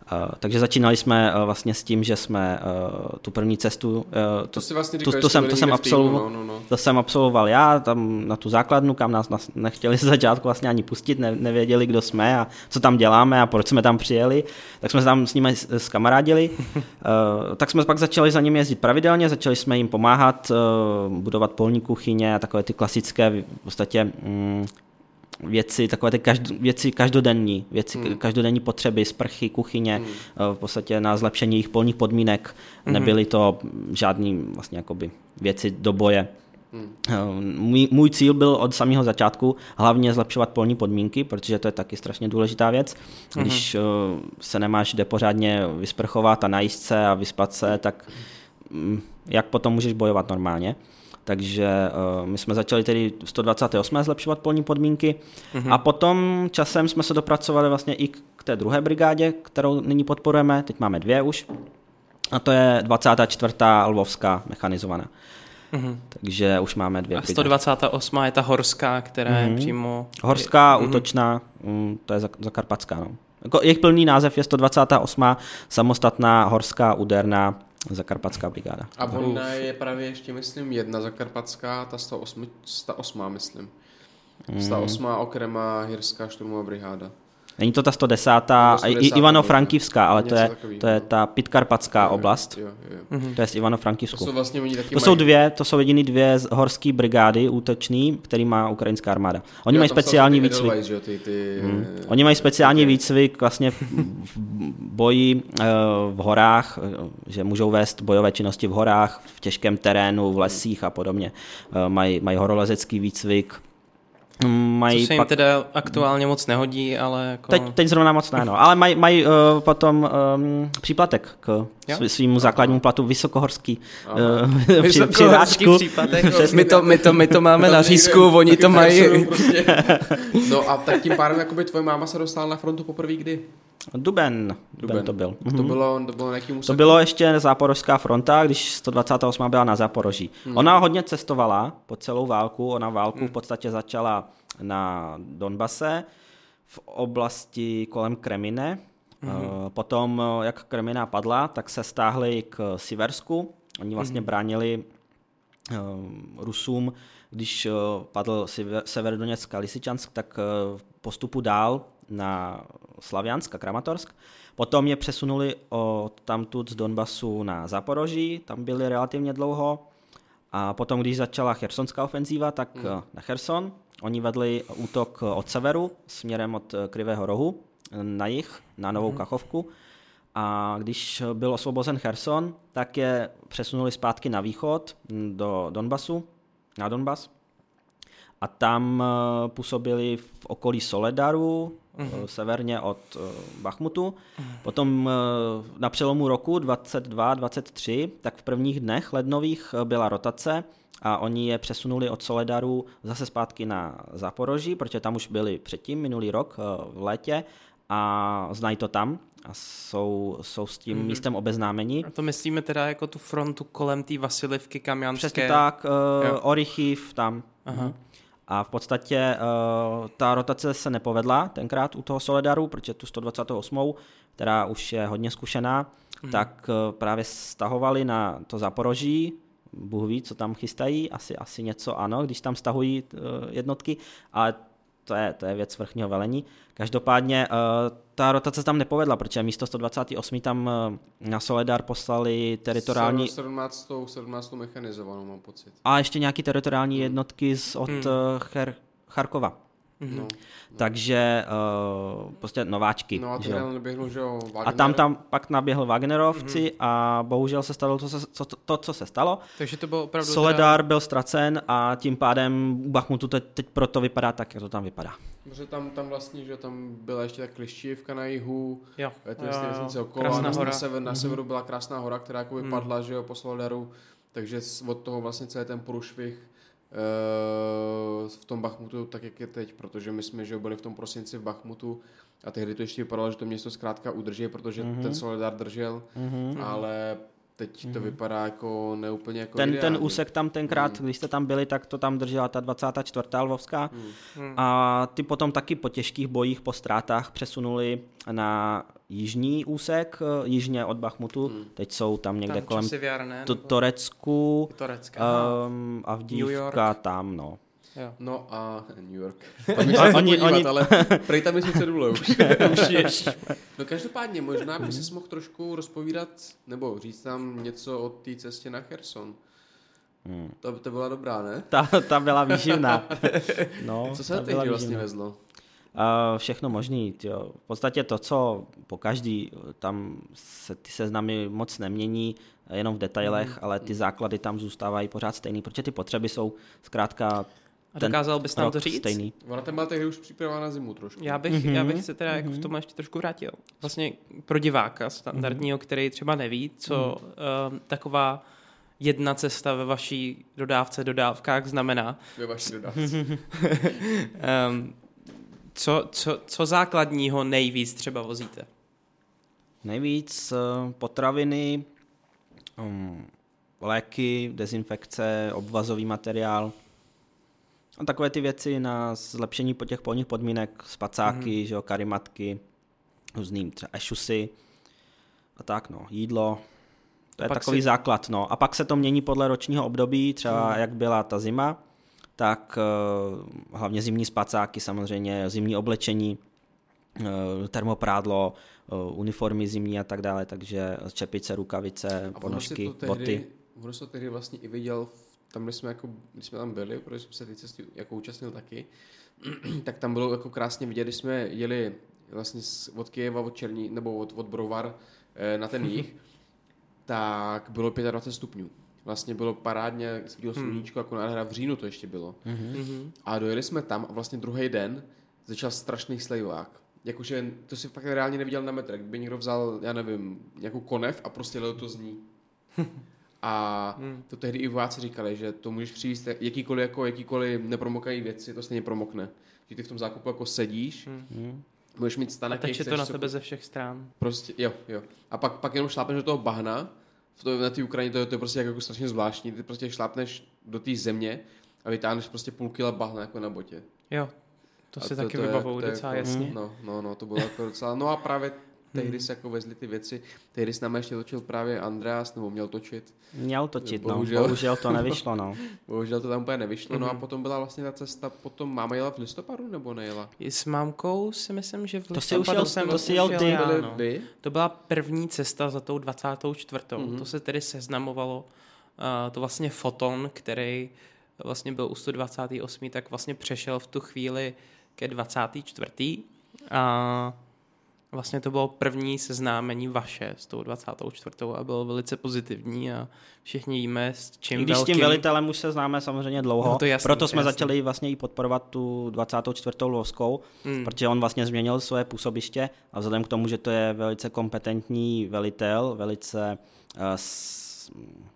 Uh, takže začínali jsme uh, vlastně s tím, že jsme uh, tu první cestu, uh, to, si vlastně říkal, to, to, jsem, to, jsem absolvoval, týmu, no, no, no. to jsem absolvoval já tam na tu základnu, kam nás, nás nechtěli z začátku vlastně ani pustit, ne, nevěděli, kdo jsme a co tam děláme a proč jsme tam přijeli, tak jsme se tam s nimi zkamarádili. uh, tak jsme pak začali za nimi jezdit pravidelně, začali jsme jim pomáhat, uh, budovat polní kuchyně a takové ty klasické v podstatě um, věci, takové ty každ- věci každodenní, věci hmm. každodenní potřeby, sprchy, kuchyně, hmm. v podstatě na zlepšení jejich polních podmínek. Hmm. Nebyly to žádný vlastně jakoby věci do boje. Hmm. Můj, můj cíl byl od samého začátku hlavně zlepšovat polní podmínky, protože to je taky strašně důležitá věc. Když hmm. se nemáš kde pořádně vysprchovat a najíst se a vyspat se, tak jak potom můžeš bojovat normálně? Takže uh, my jsme začali tedy v sto dvacet osm zlepšovat polní podmínky mm-hmm. a potom časem jsme se dopracovali vlastně i k té druhé brigádě, kterou nyní podporujeme, teď máme dvě už, a to je dvacátá čtvrtá lvovská mechanizovaná. Mm-hmm. Takže už máme dvě brigády. A sto dvacet osm je ta horská, která mm-hmm. je přímo... Horská, mm-hmm. útočná, mm, to je zakarpatská. No. Jako jejich plný název je sto dvacet osm samostatná horská úderná zakarpatská brigáda. A ona je právě ještě, myslím, jedna zakarpatská, ta sto osm, myslím. sto osm okrema Hirská šturmová brigáda. Není to ta sto deset, Ivano-Frankivská, ale to je, takový, to je ta Pitkarpatská oblast. Jo, jo, jo. To je z Ivano-Frankivsku. To, jsou, vlastně to mají... jsou dvě, to jsou jediný dvě horské brigády útoční, který má ukrajinská armáda. Oni jo, mají speciální výcvik. Edelweiss, ty, ty... Hmm. Oni mají speciální okay. výcvik vlastně v boji v horách, že můžou vést bojové činnosti v horách, v těžkém terénu, v lesích a podobně. Mají, mají horolezecký výcvik. Mají Co se jim pak... teda aktuálně moc nehodí, ale jako... Teď, teď zrovna moc ne, no. Ale mají, mají uh, potom um, příplatek k svýmu základnímu platu, vysokohorský uh, vysokohorský příplatek. my, to, my, to, my to máme na řízku, oni to mají... Prostě. No a tak tím pádem jakoby tvoje máma se dostala na frontu poprvé kdy? Duben. Duben to byl. To bylo, to bylo nějaký úsek? To bylo ještě Záporožská fronta, když sto dvacet osm byla na Záporoží. Hmm. Ona hodně cestovala po celou válku, ona válku hmm. v podstatě začala na Donbase, v oblasti kolem Kremine. Hmm. Potom, jak Kremina padla, tak se stáhli k Siversku. Oni vlastně hmm. bránili Rusům, když padl Severodoněck a Lysyčansk, tak postupu dál na Slaviansk a Kramatorsk. Potom je přesunuli od tamtud z Donbasu na Záporoží, tam byli relativně dlouho. A potom, když začala chersonská ofenzíva, tak mm. na Cherson. Oni vedli útok od severu, směrem od Krivého rohu na jih, na Novou mm. Kachovku. A když byl osvobozen Cherson, tak je přesunuli zpátky na východ do Donbasu, na Donbas. A tam působili v okolí Soledaru, mm-hmm. severně od Bachmutu. Mm-hmm. Potom na přelomu roku dvacet dva dvacet tři, tak v prvních dnech lednových byla rotace a oni je přesunuli od Soledaru zase zpátky na Záporoží, protože tam už byli předtím, minulý rok v létě a znají to tam a jsou, jsou s tím mm-hmm. místem obeznámeni. A to myslíme teda jako tu frontu kolem té Vasilivky Kamjanské? Přesně tak, uh, Orychiv tam. Aha. Mm-hmm. A v podstatě uh, ta rotace se nepovedla tenkrát u toho Soledaru, protože tu sto dvacet osm, která už je hodně zkušená, mm. tak uh, právě stahovali na to Záporoží, Bůh ví, co tam chystají, asi, asi něco ano, když tam stahují uh, jednotky, ale to je, to je věc vrchního velení. Každopádně uh, ta rotace tam nepovedla, protože místo sto dvacet osm tam uh, na Soledar poslali teritoriální... sedmnáctou mechanizovanou, mám pocit. A ještě nějaký teritoriální jednotky z, od hmm. uh, Cher, Charkova. Mm-hmm. No, no. Takže uh, prostě nováčky. No a, že? Naběhnu, že jo, a tam, tam pak naběhl Wagnerovci mm-hmm. a bohužel se stalo to, co, to, to, co se stalo. Takže to bylo opravdu... Soledar teda... byl ztracen a tím pádem u Bachmutu teď, teď proto vypadá tak, jak to tam vypadá. Protože tam, tam vlastně, že tam byla ještě ta Kliščívka na jihu, jo, ty vesnice okolo, a na, na, sever, na mm-hmm. severu byla Krásná hora, která jako vypadla, mm. že jo, po Soledaru, takže od toho vlastně celý ten průšvih v tom Bachmutu, tak jak je teď, protože my jsme že byli v tom prosinci v Bachmutu a tehdy to ještě vypadalo, že to město zkrátka udrží, protože mm-hmm. ten Soledar držel, mm-hmm. ale teď to mm-hmm. vypadá jako neúplně jako ten, ideální. Ten úsek tam tenkrát, mm. když jste tam byli, tak to tam držela ta dvacátá čtvrtá lvovská mm. a ty potom taky po těžkých bojích, po ztrátách přesunuli na jižní úsek, jižně od Bachmutu, hmm. teď jsou tam někde tam kolem Časivěr, ne? to, Torecku um, a Avdívka tam, no. Jo. No a New York. Tam je oni, podívat, oni... ale prej tam je sice důle už. už je. No každopádně, možná by si mohl trošku rozpovídat, nebo říct nám něco o té cestě na Cherson. Hmm. To, to byla dobrá, ne? Ta, ta byla výživná. No, co se tehdy vlastně vezlo? Uh, všechno možný. Tyjo. V podstatě to, co po každý, tam se ty seznamy moc nemění, jenom v detailech, mm. ale ty základy tam zůstávají pořád stejný, protože ty potřeby jsou zkrátka a dokázal bys nám to říct? Stejný. Ona tam byla tehdy už připravená na zimu trošku. Já bych, mm-hmm. já bych se teda mm-hmm. jako v tom ještě trošku vrátil. Vlastně pro diváka standardního, mm-hmm. který třeba neví, co mm-hmm. uh, taková jedna cesta ve vaší dodávce, dodávkách znamená. Ve vaší dodávce. um, co, co, co základního nejvíc třeba vozíte? Nejvíc uh, potraviny, um, léky, dezinfekce, obvazový materiál a takové ty věci na zlepšení po těch polních podmínek, spacáky, mm. že jo, karimatky, různým třeba ešusy a tak no, jídlo. To je takový si... základ, no. A pak se to mění podle ročního období, třeba hmm. jak byla ta zima, tak uh, hlavně zimní spacáky, samozřejmě zimní oblečení, uh, termoprádlo, uh, uniformy zimní a tak dále, takže čepice, rukavice, a ponožky, tehdy, boty. Ono se to tehdy vlastně i viděl, tam, kde jsme, jako, když jsme tam byli, protože jsem se ty cesty jako účastnil taky, tak tam bylo jako krásně vidět, když jsme jeli vlastně od Kyjeva, od Černí, nebo od, od Brovar eh, na ten jih, tak bylo dvacet pět stupňů. Vlastně bylo parádně, svítilo sluníčko, jako nádhera, v říjnu to ještě bylo. Mm-hmm. A dojeli jsme tam a vlastně druhý den začal strašný slejvák. Jakože to si fakt reálně neviděl na metr. Kdyby někdo vzal, já nevím, nějakou konev a prostě lel to z ní. A to tehdy i vojáci říkali, že to můžeš přivést jakýkoliv, jako, jakýkoliv nepromokají věci, to stejně promokne. Že ty v tom zákupu jako sedíš, mm. můžeš mít stanek. A teče to na tebe ze všech stran. Prostě, jo, jo. A pak, pak jenom šlápneš do toho bahna, to, na té Ukrajině to, to je prostě jako strašně zvláštní, ty prostě šlápneš do té země a vytáhneš prostě půl kila bahna jako na botě. Jo, to si taky vybavuju docela jako, jasně. No, no, no, to bylo jako docela, no a právě tehdy se jako vezli ty věci, tehdy s námi ještě točil právě Andreas, nebo měl točit. Měl točit, bohužel. no, bohužel to nevyšlo, no. Bohužel to tam úplně nevyšlo, mm-hmm. no a potom byla vlastně ta cesta, potom máma jela v listopadu, nebo nejela? I s mámkou si myslím, že v to listopadu jsem to si jel ty. Já, no. To byla první cesta za tou dvacátou čtvrtou Mm-hmm. To se tedy seznamovalo, uh, to vlastně foton, který vlastně byl u sto dvacáté osmé tak vlastně přešel v tu chvíli ke dvacáté čtvrté A vlastně to bylo první seznámení vaše s tou dvacátou čtvrtou a bylo velice pozitivní a všichni víme, s čím I když velkým... s tím velitelem už se známe samozřejmě dlouho, no to jasný, proto jsme jasný. začali vlastně i podporovat tu dvacátou čtvrtou Lvovskou, mm. protože on vlastně změnil své působiště a vzhledem k tomu, že to je velice kompetentní velitel, velice... Uh, s...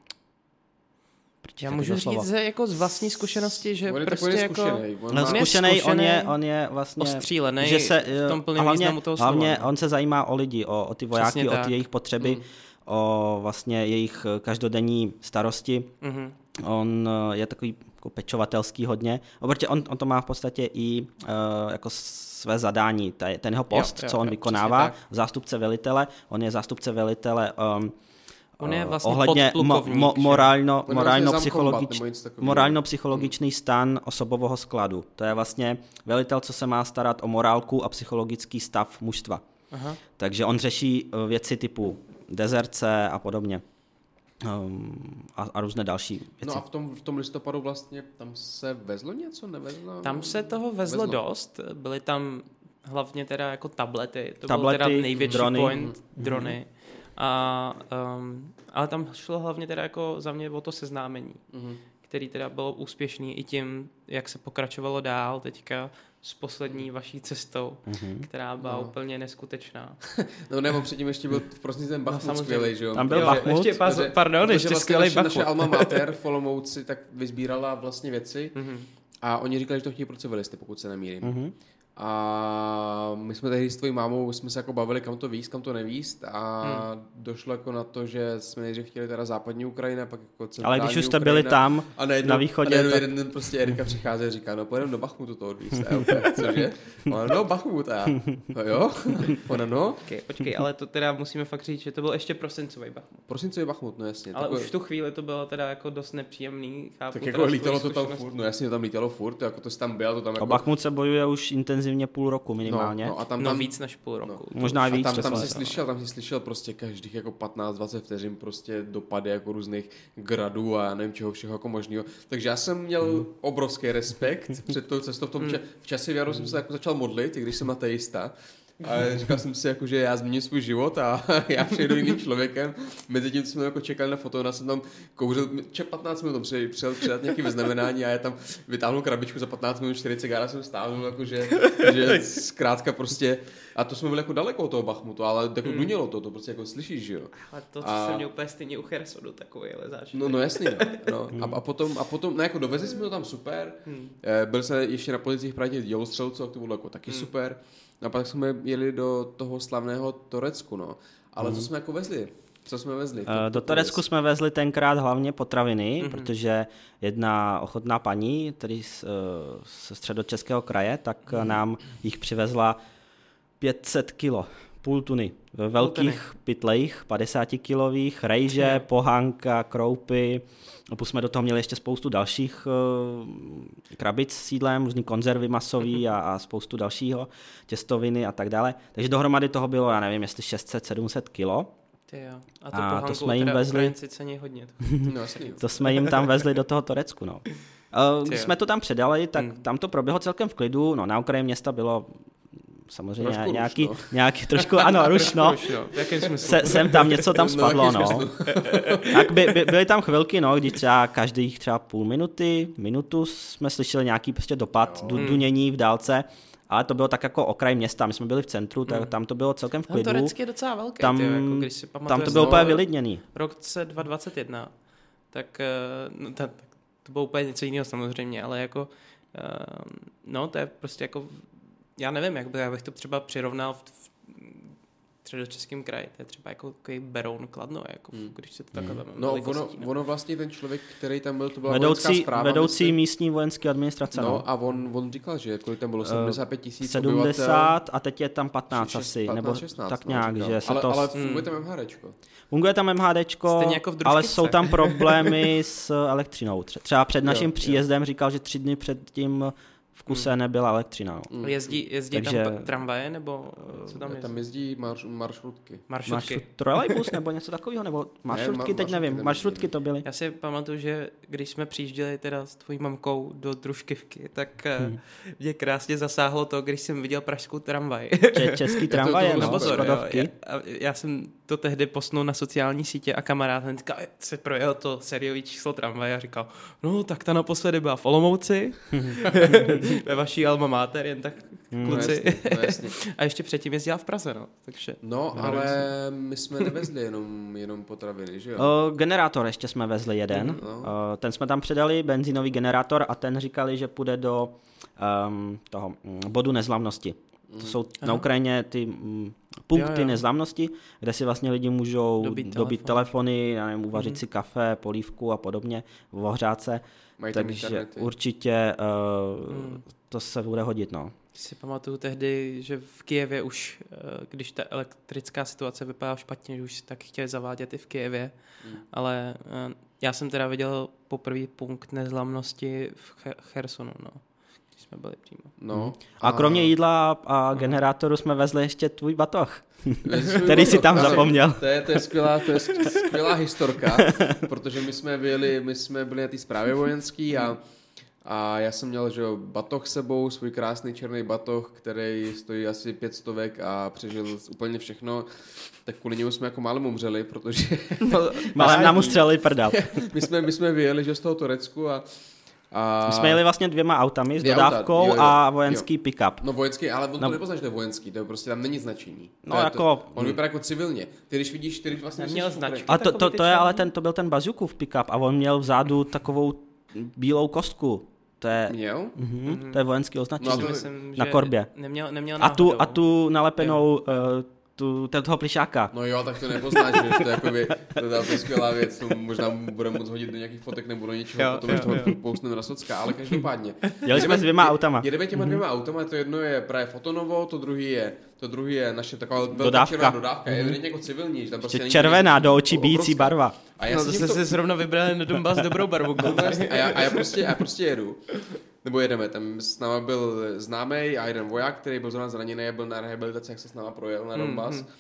Já můžu říct jako z vlastní zkušenosti, že on prostě jako... Zkušenej. On, no, zkušenej, on je, on je vlastně... Ostřílený že se, v tom plném hlavně, významu toho slova. Hlavně on se zajímá o lidi, o, o ty vojáky, o ty jejich potřeby, mm. o vlastně jejich každodenní starosti. Mm-hmm. On je takový jako pečovatelský hodně, protože on, on to má v podstatě i uh, jako své zadání, ten jeho post, jo, jo, co on jo, vykonává, zástupce velitele, on je zástupce velitele... Um, On je vlastně ohledně mo, mo, morálno, morálno, psychologič, morálno psychologičný hmm. stan osobového skladu. To je vlastně velitel, co se má starat o morálku a psychologický stav mužstva. Aha. Takže on řeší věci typu dezerce a podobně. Um, a, a různé další věci. No a v tom, v tom listopadu vlastně tam se vezlo něco, nevezlo? Tam se toho vezlo, vezlo. dost. Byly tam hlavně teda jako tablety. To tablety, byl teda největší drony. point, mm-hmm. drony. A, um, ale tam šlo hlavně teda jako za mě o to seznámení, mm-hmm. který teda bylo úspěšný i tím, jak se pokračovalo dál teďka s poslední vaší cestou, mm-hmm. která byla no. úplně neskutečná. No nebo předtím ještě byl v prosinci ten Bachmut no, skvělej, že jo? Tam byl Bachmut. Ještě, pas, pardon, ještě vlastně skvělej Bachmut. Naše alma mater v Olomouci tak vyzbírala vlastně věci mm-hmm. a oni říkali, že to chtějí pro civilisty, pokud se nemýlím. Mm-hmm. A my jsme tehdy s tvojí mámou jsme se jako bavili, kam to víst, kam to nevíst a hmm. došlo jako na to, že jsme nejdřív chtěli teda západní Ukrajina, pak jako centrální. Ale když už jste Ukrajina, byli tam a najednou, na východě, a najednou tak... jeden den prostě Erika přichází a říká, no pojedeme do Bachmutu to odvíst. A já, cože? Ona, no Bachmut a já, no jo? Ona, no. Počkej, počkej, ale to teda musíme fakt říct, že to byl ještě prosincový Bachmut. Prosincový Bachmut, no jasně. Ale takový... už v tu chvíli to bylo teda jako dost nepříjemný. Chápu, tak jako lítalo to tam furt, no jasně, to tam lítalo furt, jako to tam byl, to tam jako... O Bachmut se bojuje už intenzivně půl roku minimálně. No, no, a tam, no tam, víc než půl roku. No, možná a víc. tam, tam, si slyšel, tam si slyšel prostě každých jako patnáct dvacet vteřin prostě dopady jako různých gradů a já nevím čeho všeho jako možného. Takže já jsem měl mm. obrovský respekt před tou cestou. V tom mm. ča- v čase věru jsem se jako začal modlit, i když jsem ateista. A říkal jsem si, jako, že já změním svůj život a já přejdu jiným člověkem. Mezi tím jsme jako čekali na foto, já jsem tam kouřil, patnáct minut přijel, přijel přidat nějaké vyznamenání a já tam vytáhnul krabičku za patnáct minut, čtyři cigára jsem stáhnul, jako, že, že zkrátka prostě, a to jsme byli jako daleko od toho Bachmutu, ale jako hmm. dunělo to, to prostě jako slyšíš, že jo. Ale to, co a... jsem měl úplně stejně u Chersonu, takový lezáč. No, no jasný, no. no. A, a, potom, a potom, no jako dovezli jsme to tam super, hmm. byl se ještě na policích právě dělostřelců, to bylo jako taky hmm. super. A pak jsme jeli do toho slavného Torecku, no. Ale mm. co jsme jako vezli? Co jsme vezli? To, do Torecku jsme vezli tenkrát hlavně potraviny, mm-hmm. protože jedna ochotná paní, tedy z, z středočeského kraje, tak mm. nám jich přivezla pět set kilo, půl tuny. Ve velkých pytlejch, padesátikilových, rejže, yeah. pohanka, kroupy. Plus jsme do toho měli ještě spoustu dalších uh, krabic s sídlem, různý konzervy masový a, a spoustu dalšího, těstoviny a tak dále. Takže dohromady toho bylo, já nevím, jestli šest set sedm set kilo. Ty jo. A to a pohanku to jsme jim vezli, cení hodně. No, to jsme jim tam vezli do toho Torecku. No. Uh, když jsme to tam předali, tak hmm. tam to proběhlo celkem v klidu. No, na okraji města bylo samozřejmě trošku nějaký, rušno. nějaký trošku, ano, rušno. Se, sem tam něco tam spadlo, no. no. Tak by, by, byly tam chvilky, no, když třeba každých třeba půl minuty, minutu jsme slyšeli nějaký prostě dopad, du, dunění v dálce, ale to bylo tak jako okraj města, my jsme byli v centru, tak tam to bylo celkem v klidu. Tam Torecký je docela velký, tam, tyjo, jako když si pamatuješ, tam to bylo úplně vylidněný. Rok dva tisíce dvacet jedna, tak, no, ta, to bylo úplně něco jiného samozřejmě, ale jako, no to je prostě jako, já nevím, jak by, já bych to třeba přirovnal v, v středočeském kraji, to je třeba jako takový Beroun, Kladno, jako, hmm. když se to takhle hmm. No ono, ono vlastně ten člověk, který tam byl, to byla vedoucí, vojenská správa. Vedoucí myslím, místní vojenské administrace. No, no. A on, on říkal, že kolik tam bylo, sedmdesát pět tisíc sedmdesát obyvatel, a teď je tam patnáct šest, asi, patnáct, nebo šestnáct, tak no, nějak, říkal. že se ale, to... Ale funguje tam MHDčko. Funguje tam MHDčko, jako ale jsou tam problémy s elektřinou. Třeba před naším jo, příjezdem jo. říkal, že tři dny před tím v kuse hmm. nebyla elektřina. No. Jezdí, jezdí Takže, tam tramvaje, nebo co tam jezdí? Tam jezdí marš, maršrutky. Maršrutky. Maršrut, trolejbus nebo něco takového, nebo maršrutky, ne, teď nevím, maršrutky, maršrutky to byly. Já si pamatuju, že když jsme přijížděli teda s tvojí mamkou do Družkivky, tak hmm. mě krásně zasáhlo to, když jsem viděl pražskou tramvaj. Český tramvaj, no, no, Skodovky. Já, já jsem to tehdy postnul na sociální sítě a kamarád ten říkal, se projel to sériový číslo tramvaje a říkal, no tak ta naposledy byla v Olomouci, ve vaší alma mater, jen tak kluci. No jasně, no jasně. A ještě předtím jezdila v Praze, no. Takže, no, ale my jsme nevezli jenom, jenom potraviny, že jo? O, generátor ještě jsme vezli jeden. No. O, ten jsme tam předali, benzínový generátor, a ten říkali, že půjde do um, toho bodu nezlamnosti. To jsou Aha. na Ukrajině ty mm, punkty jo, jo. nezlamnosti, kde si vlastně lidi můžou dobít, dobít telefony, já nevím, uvařit mm. si kafe, polívku a podobně v ohřátce. Mají takže určitě uh, mm. to se bude hodit, no. Si pamatuju tehdy, že v Kyjevě už, když ta elektrická situace vypadala špatně, že už si tak chtěli zavádět i v Kyjevě, mm. ale já jsem teda viděl poprvý punkt nezlamnosti v Chersonu, no. Jsme byli přímo. No, a, a kromě jídla a generátoru jsme vezli ještě tvůj batoh, který si tam zapomněl. To je, to je, skvělá, to je skvělá historka, protože my jsme byli, my jsme byli na té správě vojenský a, a já jsem měl, že jo, batoh sebou, svůj krásný černý batoh, který stojí asi pět stovek a přežil úplně všechno, tak kvůli němu jsme jako málem umřeli, protože... Málem nám ustřelili prdel. my, jsme, my jsme vyjeli, že z toho Turecku a A... My jsme jeli vlastně dvěma autami s dodávkou auta, jo, jo, a vojenský jo. pick-up. No vojenský, ale on no. to nepoznáš, že to je vojenský, to je prostě tam není značení. No to jako... To, on vypadá jako civilně. Ty když vidíš, ty když vlastně... Neměl značky. A to, to, to je ale ten, to byl ten Bazukův pick-up a on měl vzadu takovou bílou kostku. To je, Měl? mm-hmm, mm-hmm. to je vojenský označení No, to myslím, na korbě. Neměl, neměl a, tu, a tu nalepenou uh, tu, toho plišáka. No jo, tak to nepoznáš, že to je, jakoby, to je, to je skvělá věc, to možná budeme moc hodit do nějakých fotek nebo do něčeho, jo, potom jo, to postneme na Socka, ale každopádně. Jeli jsme s dvěma autama. Jedeme těma dvěma mm-hmm. autama, to jedno je právě Fotonovo, to druhý je, to druhý je naše taková velká červená dodávka, mm-hmm. je evidentně jako civilní, že tam prostě není červená do očí bíjící barva. A já no, to jste to... si zrovna vybrali na Donbas dobrou barvu. a, já, a já, prostě, já prostě jedu. Nebo jedeme, tam s náma byl známej a jeden voják, který byl zrovna zraněný a byl na rehabilitaci, jak se s náma projel na Donbas. Mm, mm.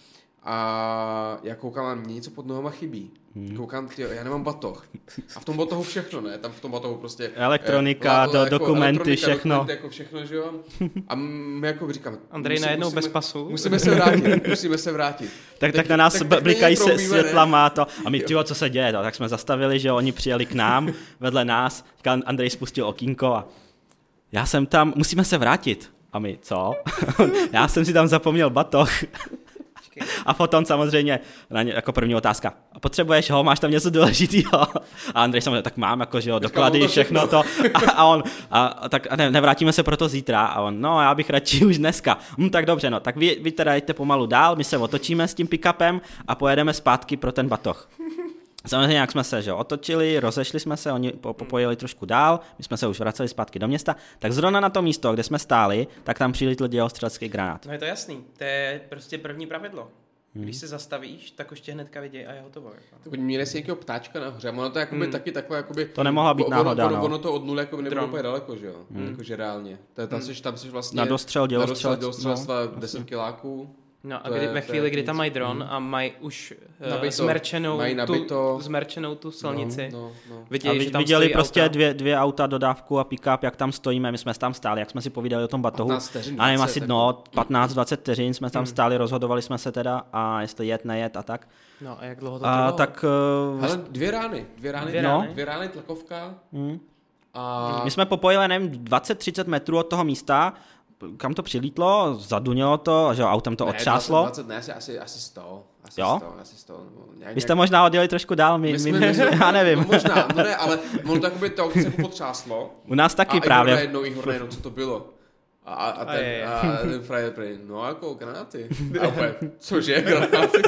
A já koukám, a mě něco pod nohama chybí. Hmm. Koukám, tyjo, já nemám batoh. A v tom batohu všechno, ne? Tam v tom batohu prostě... Elektronika, do, jako, dokumenty, všechno. Dokumenty, jako všechno, že jo? A my jako říkám... Andrej najednou bez pasu. Musíme se vrátit, musíme se vrátit. tak, tak na nás tak, blikají se světlama a to. A my, tyjo, co se děje? To, tak jsme zastavili, že oni přijeli k nám, vedle nás. Andrej spustil okýnko a já jsem tam, musíme se vrátit. A my, co? Já jsem si tam zapomněl batoh. A potom samozřejmě na ně, jako první otázka. A potřebuješ ho, máš tam něco důležitého? A Andrej samozřejmě, tak mám, jako, že jo, doklady, všechno to. A, a on, a, a tak a ne, nevrátíme se proto zítra. A on, no, já bych radši už dneska. Hm, tak dobře, no, tak vy, vy teda jděte pomalu dál, my se otočíme s tím pick-upem a pojedeme zpátky pro ten batoh. Samozřejmě, jak jsme se že, otočili, rozešli jsme se, oni popojili trošku dál, my jsme se už vraceli zpátky do města, tak zrovna na to místo, kde jsme stáli, tak tam přilítl dělostřelecký granát. No je to jasný, to je prostě první pravidlo. Když se zastavíš, tak už tě hnedka vidějí a je hotovo. Tak oni měli si nějakého ptáčka nahoře, ono to je jakoby hmm. taky takové, jakoby... To nemohla být náhoda, ono, no. ono to od nuly jako nebylo úplně daleko, že jo, hmm. jakože reálně. Tam hmm. jsi, tam jsi vlastně... Na dostřel dělostřelstva no, deset kiláků. No a kdy, je, ve chvíli, kdy tam mají dron hmm. a mají už uh, zmerčenou, tu, zmerčenou tu silnici, no, no, no. Viděli, a že tam viděli prostě dvě, dvě auta, dodávku a pick-up, jak tam stojíme, my jsme tam stáli, jak jsme si povídali o tom batohu. A nevím, asi no, patnáct dvacet vteřin jsme tam hmm. stáli, rozhodovali jsme se teda a jestli jet, nejet a tak. No a jak dlouho to trvalo? Tak, uh, ale dvě rány, dvě rány, dvě, no. rány. dvě rány tlakovka. Hmm. A... My jsme popojili, nevím, dvacet třicet metrů od toho místa, kam to přilítlo, zadunělo to, že autem to ne, otřáslo. dvacet, dvacet, ne, asi, asi, asi sto. Asi jo? sto, asi sto. Nějak, Vy jste možná odjeli trošku dál, my, my, jsme, my, my já nevím. No možná, no ne, ale ono tak by to auto se jako potřáslo. U nás taky a právě. A Igor najednou, Igor co to bylo. A, a, ten, a, a ten frajer prý, no jako granáty. A opět, cože, granáty?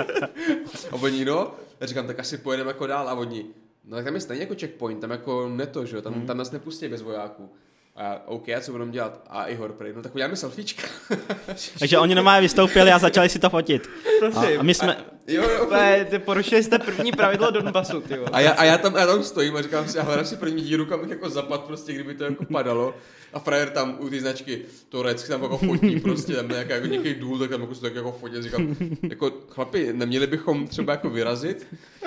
A oni no, já říkám, tak asi pojedeme jako dál a oni, no tak tam je stejně jako checkpoint, tam jako neto, že jo, tam, hmm. tam nás nepustí bez vojáků. A OK, a co budeme dělat? A Ihor prý, no tak uděláme selfiečka. Takže oni normálně vystoupili a začali si to fotit. A, a my jsme... A, jo, jo. Pe, ty porušili jste první pravidlo Donbasu, ty a já, a já tam, já tam stojím a říkám si, a hledám si první díru, kam bych jako zapad, prostě, kdyby to jako padalo. A frajer tam u té značky Torec tam jako fotí, prostě tam nějaký jako něký důl, tak tam jako se tak jako fotí. Říkám, jako chlapi, neměli bychom třeba jako vyrazit?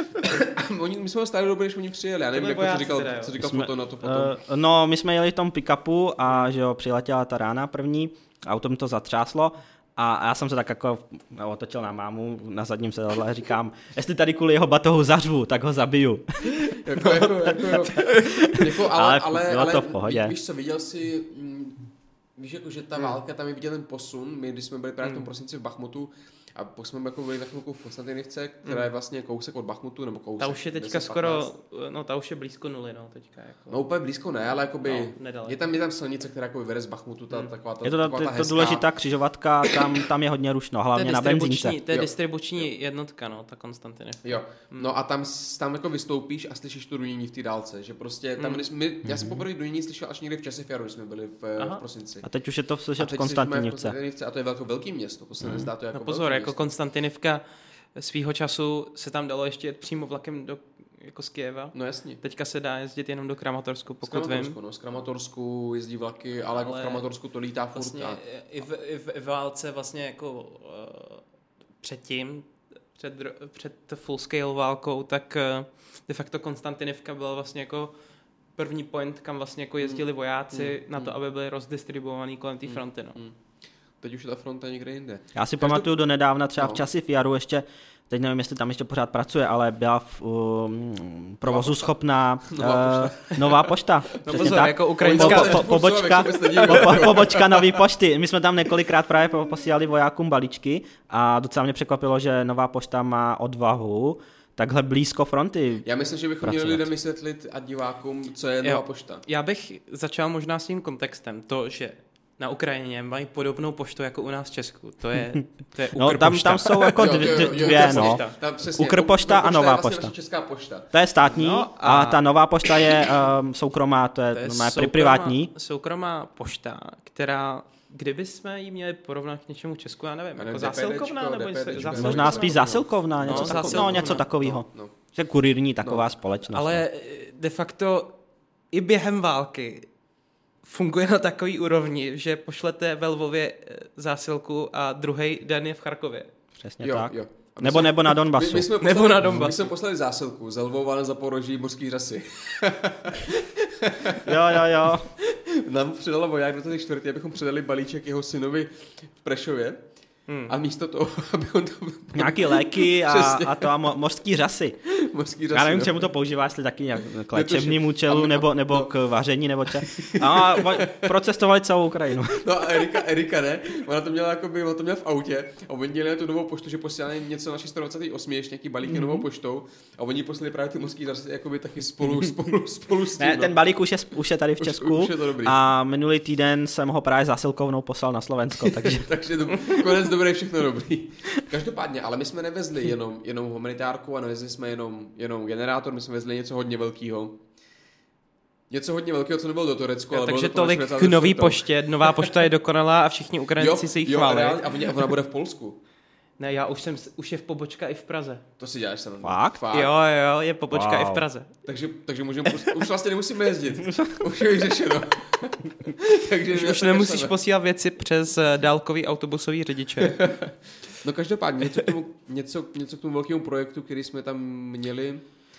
Oni, my jsme stáli dobře, než oni přijeli, já nevím, jako, co říkal, teda, co říkal jsme, foto na to potom. Uh, no, my jsme jeli v tom pick-upu a že jo, přiletěla ta rána první, autem to zatřáslo. A já jsem se tak jako no, otočil na mámu na zadním sedadle a říkám, jestli tady kvůli jeho batohu zařvu, tak ho zabiju. jako, jako, jako, jako, jako, ale, ale, bylo ale, to v pohodě. Víš co, viděl jsi, víš jako, že ta válka, tam je viděl ten posun, my když jsme byli právě v tom prosinci v Bachmutu, a pak jsme jako byli na chvilku v Konstantinivce, která je vlastně kousek od Bachmutu, nebo kousek. Ta už je teďka skoro, no ta už je blízko nuly, no teďka. Jako. No úplně blízko ne, ale jakoby, no, je, tam, je tam silnice, která jako vyvede z Bachmutu, ta, hmm. taková ta, je to, taková ta, ta hezká. Důležitá křižovatka, tam, tam je hodně rušno, hlavně na benzínce. To je distribuční jednotka, no, ta Konstantinivka. Jo, no a tam, tam jako vystoupíš a slyšíš tu dunění v té dálce, že prostě tam, hmm. my, já jsem poprvé dunění slyšel až někdy v Časifjaru, když jsme byli v, v prosinci. A teď už je to slyšet v Konstantinivce. A to je velké velké město, to se nezdá to jako no pozor, jako Konstantinivka svýho času se tam dalo ještě jet přímo vlakem do, jako z Kyjeva. No jasně. Teďka se dá jezdit jenom do Kramatorsku, pokud z Kramatorsku, vím. No, z Kramatorsku jezdí vlaky, ale, ale jako v Kramatorsku to lítá furt. Vlastně a... i, v, i, v, i v válce vlastně jako uh, předtím, před, před full scale válkou, tak uh, de facto Konstantinivka byla vlastně jako první point, kam vlastně jako jezdili vojáci mm, na to, mm. aby byli rozdistribuovaný kolem té fronty. No. Mm. Teď už je ta fronta někde jinde. Já si Každou... pamatuju do nedávna třeba no. v Časifjaru ještě, teď nevím, jestli tam ještě pořád pracuje, ale byla v um, provozu schopná nová pošta. Uh, nová pošta. No pozor, tak. Jako ukrajinská po, po, pobočka, po, po, pobočka nový pošty. My jsme tam několikrát právě posílali vojákům balíčky a docela mě překvapilo, že nová pošta má odvahu takhle blízko fronty. Já myslím, že bychom pracovat. měli lidem vysvětlit a divákům, co je nová pošta. Já bych začal možná s tím kontextem. To, že na Ukrajině mají podobnou poštu jako u nás v Česku. To je, to je No tam, tam jsou jako Jo, jo, dvě, jo, jo, dvě to je no. pošta. Tam přesně, Ukrpošta a je Nová vlastně pošta. naše česká pošta. To je státní No a... a ta Nová pošta je um, soukromá, to je, To je to je soukromá, privátní. soukromá pošta, která, kdyby jsme ji měli porovnat k něčemu v Česku, já nevím, A jako ne, zásilkovná, DPDčko, nebo něco, DPDčko. zásilkovná. Možná spíš zásilkovná, něco, No, tako, no, zásilkovná. něco takového. No, no. Že kurírní taková no. společnost. Ale de facto i během války funguje na takový úrovni, že pošlete ve Lvově zásilku a druhý den je v Charkově. Přesně Jo, tak. jo. A my Nebo, jsme- nebo na Donbasu. My, my jsme Nebo poslali, na Donbasu. My jsme poslali zásilku ze Lvova na Zaporoží mořský řasy. Jo, jo, jo. Nám předala voják do té čtvrtý, abychom předali balíček jeho synovi v Prešově. Hmm. A místo toho, aby on to... Nějaký léky a, Přesně. a to a mo- mořský řasy. Mořský řasy. Já nevím, k no. čemu to používáš, jestli taky nějak k Netuším. léčebnímu A čelu my- nebo, nebo no. k vaření nebo če. A vo- procestovali celou Ukrajinu. No a Erika, Erika ne, ona to měla jakoby, ona to měla v autě a oni měli na tu novou poštu, že posílali něco na sto dvacet osm, ještě nějaký balík mm-hmm. novou poštou a oni poslali právě ty mořský řasy jakoby taky spolu, spolu, spolu s tím. Ne, no. ten balík už je, už je tady v Už- Česku už je to dobrý. a minulý týden jsem ho právě zásilkovnou poslal na Slovensko, takže... Takže to, konec dobrý, všechno dobrý. Každopádně, ale my jsme nevezli jenom, jenom humanitárku a nevezli jsme jenom, jenom generátor, my jsme vezli něco hodně velkého. Něco hodně velkého, co nebylo do Turecku, ale Takže bylo to tolik konečně k za nový čtvrtou. poště. Nová pošta je dokonalá a všichni Ukrajinci si ji jo, chválí. reálně, a oni- a ona bude v Polsku. Ne, já už jsem, už je v pobočka i v Praze. To si děláš sám. Fakt? Fakt. Jo, jo, je pobočka Wow. i v Praze. Takže, takže můžeme, už vlastně nemusíme jezdit. Už je vyřešeno. takže Už, už nemusíš posílat věci přes eh, dálkový autobusový řidiče. No každopádně, něco k tomu, něco, něco k tomu velkému projektu, který jsme tam měli.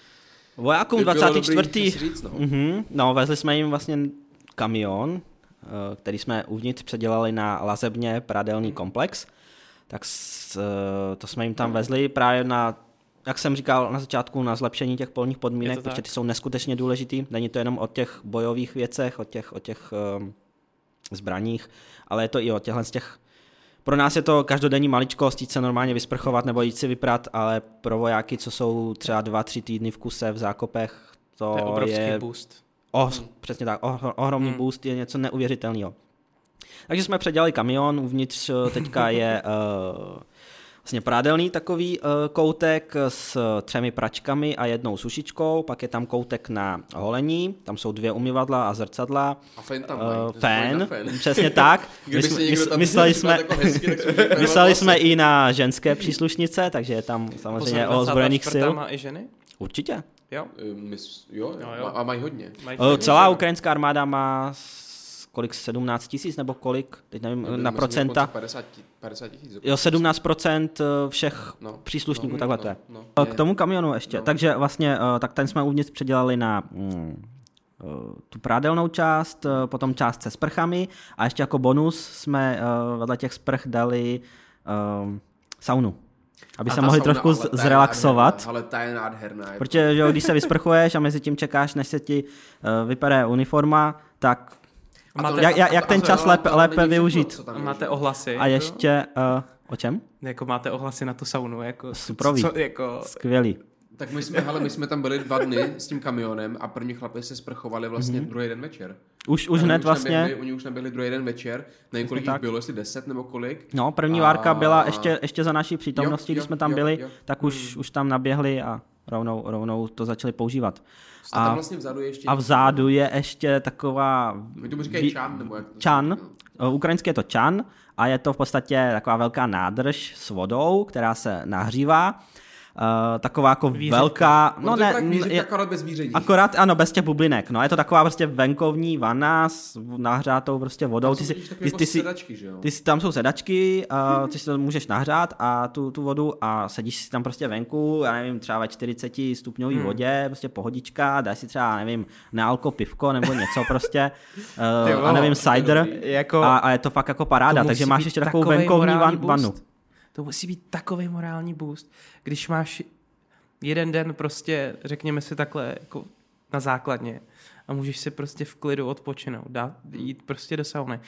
Vojákům by bylo dvacátý dobrý čtvrtý si říct, no. Mhm, no, vezli jsme jim vlastně kamion, eh, který jsme uvnitř předělali na lazebně pradelný komplex, tak s, eh, to jsme jim tam vezli právě na, jak jsem říkal na začátku, na zlepšení těch polních podmínek, Je to protože tak. ty jsou neskutečně důležitý. Není to jenom o těch bojových věcech, o těch, o těch um, zbraních, ale je to i o těchhle z těch. Pro nás je to každodenní maličkost, jít se normálně vysprchovat nebo jít si vyprat, ale pro vojáky, co jsou třeba dva, tři týdny v kuse v zákopech, to, To je obrovský je boost. Oh, přesně tak, oh, ohromný Hmm. boost, je něco neuvěřitelného. Takže jsme předělali kamion, uvnitř eh, teďka je uh, vlastně prádelný takový uh, koutek s třemi pračkami a jednou sušičkou, pak je tam koutek na holení, tam jsou dvě umyvadla a zrcadla. A fén tam Uh, mají. fén, fén. přesně tak. Kdyby My si jsme- někdo mys- tam mysleli dělal jsme, takhle hezky, tak jsme měli mysleli vlastně- jsme i na ženské příslušnice, takže je tam samozřejmě o ozbrojených sil. Má i ženy? Určitě. Jo. Eh, mys- Jo, jo, Jo, jo. a mají hodně. Mají O, ženy. celá ukrajinská armáda má s- kolik, sedmnáct tisíc nebo kolik, teď nevím, Myslím, na že procenta. padesát padesát tisíc. Jo, sedmnáct procent všech No, příslušníků, no, takhle no, to je. no, No, je. K tomu kamionu ještě. No. Takže vlastně, eh, tak ten jsme uvnitř předělali na mm, eh, tu prádelnou část, eh, potom část se sprchami a ještě jako bonus jsme eh, vedle těch sprch dali eh, saunu. Aby A se ta mohli sauna, trošku ale z- ta je zrelaxovat. nádherná, Ale ta je nádherná. je Protože že jo, když se vysprchuješ a mezi tím čekáš, než se ti uh, vypere uniforma, tak A Máte- to- jak, jak, a- jak a ten to- čas ale lépe, to lépe není všechno, využít. co tam A je, máte že jo? ohlasy? A ještě, uh, o čem? Jako máte ohlasy na tu saunu, jako... Suprový. Co, jako... Skvělý. Tak my jsme, hele, my jsme tam byli dva dny s tím kamionem a první chlapi se sprchovali vlastně mm-hmm. druhý den večer. Už, už Oni hned vlastně, Naběhli, oni už naběhli druhý den večer, nevím, kolik jich tak. bylo, jestli deset nebo kolik. no první A- várka byla ještě, ještě za naší přítomnosti, Jo, když jo, jsme tam jo, byli, jo. tak už, už tam naběhli a rovnou, rovnou to začali používat. A tam A, vlastně vzadu je ještě... a vzadu je ještě taková... My tomu říkají vy- čan, nebo jak to Čan, no. ukrajinské je to čan a je to v podstatě taková velká nádrž s vodou, která se nahřívá. Uh, taková jako Výřivka. velká, No no to je ne, tak výřivka, je, akorát bez víření. akorát ano, bez těch bublinek, no je to taková prostě venkovní vana s nahřátou prostě vodou, Tam ty jsou si, totiž takové ty, jako ty si, sedačky, že jo? ty si, tam jsou sedačky, uh, ty si to můžeš nahřát a tu, tu vodu a sedíš si tam prostě venku, já nevím, třeba ve čtyřicet stupňový Hmm. vodě, prostě pohodička, dáš si třeba, nevím, nealko pivko nebo něco prostě, Ty uh, a nevím, vole, cider Jako... a, a je to fakt jako paráda, To takže musí máš být ještě takovou takovej venkovní morální van, vanu. boost. To musí být takový morální boost, když máš jeden den prostě, řekněme si takhle, jako na základně a můžeš si prostě v klidu odpočinout, dát, jít prostě do sauny.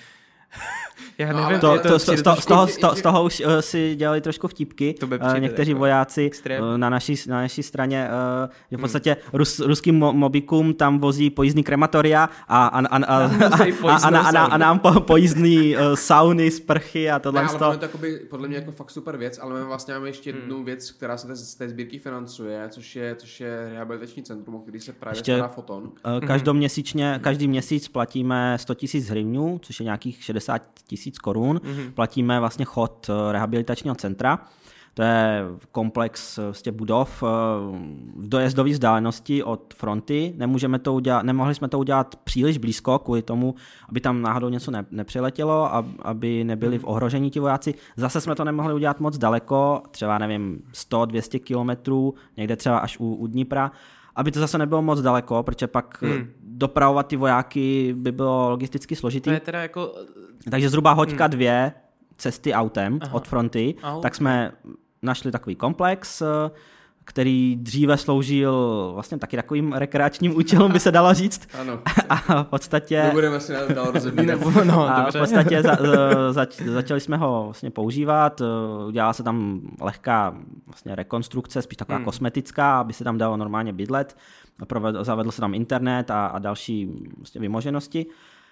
Já No, nevím, ale To, je to, to, z, přijde to, z, trošku- toho, z, toho, z toho už uh, si dělali trošku vtipky. To by Uh, přijde někteří jako vojáci extrém. uh, na, naší, na naší straně, uh, že v podstatě rus, ruským mo- mobikům tam vozí pojízdný krematoria a, a, a, a, a, a, a, a, a nám po, pojízdný uh, sauny, sprchy a tohle. Ne, ale máme to jakoby, podle mě jako fakt super věc, ale my vlastně máme ještě jednu hmm. věc, která se z té sbírky financuje, což je, což je rehabilitační centrum, o který se právě Ještě, stará Foton. Uh, každoměsíčně, každý měsíc platíme sto tisíc hryvňů, což je nějakých šedesát tisíc korun. Mm-hmm. Platíme vlastně chod rehabilitačního centra. To je komplex vlastně budov v dojezdové vzdálenosti od fronty. Nemůžeme to udělat, nemohli jsme to udělat příliš blízko kvůli tomu, aby tam náhodou něco ne, nepřiletělo, aby nebyli v ohrožení ti vojáci. Zase jsme to nemohli udělat moc daleko, třeba nevím, sto dvě stě kilometrů, někde třeba až u, u Dnipra, aby to zase nebylo moc daleko, protože pak hmm. dopravovat ty vojáky by bylo logisticky složitý. To je teda jako... Takže zhruba hoďka hmm. dvě cesty autem Aha. od fronty, Au. tak jsme našli takový komplex, který dříve sloužil vlastně taky takovým rekreačním účelům, by se dalo říct. Ano. A v podstatě... Nebudeme si dál rozebírat. No, a v podstatě za, zač, začali jsme ho vlastně používat, udělala se tam lehká vlastně rekonstrukce, spíš taková hmm. kosmetická, aby se tam dalo normálně bydlet. Zavedl se tam internet a, a další vlastně vymoženosti.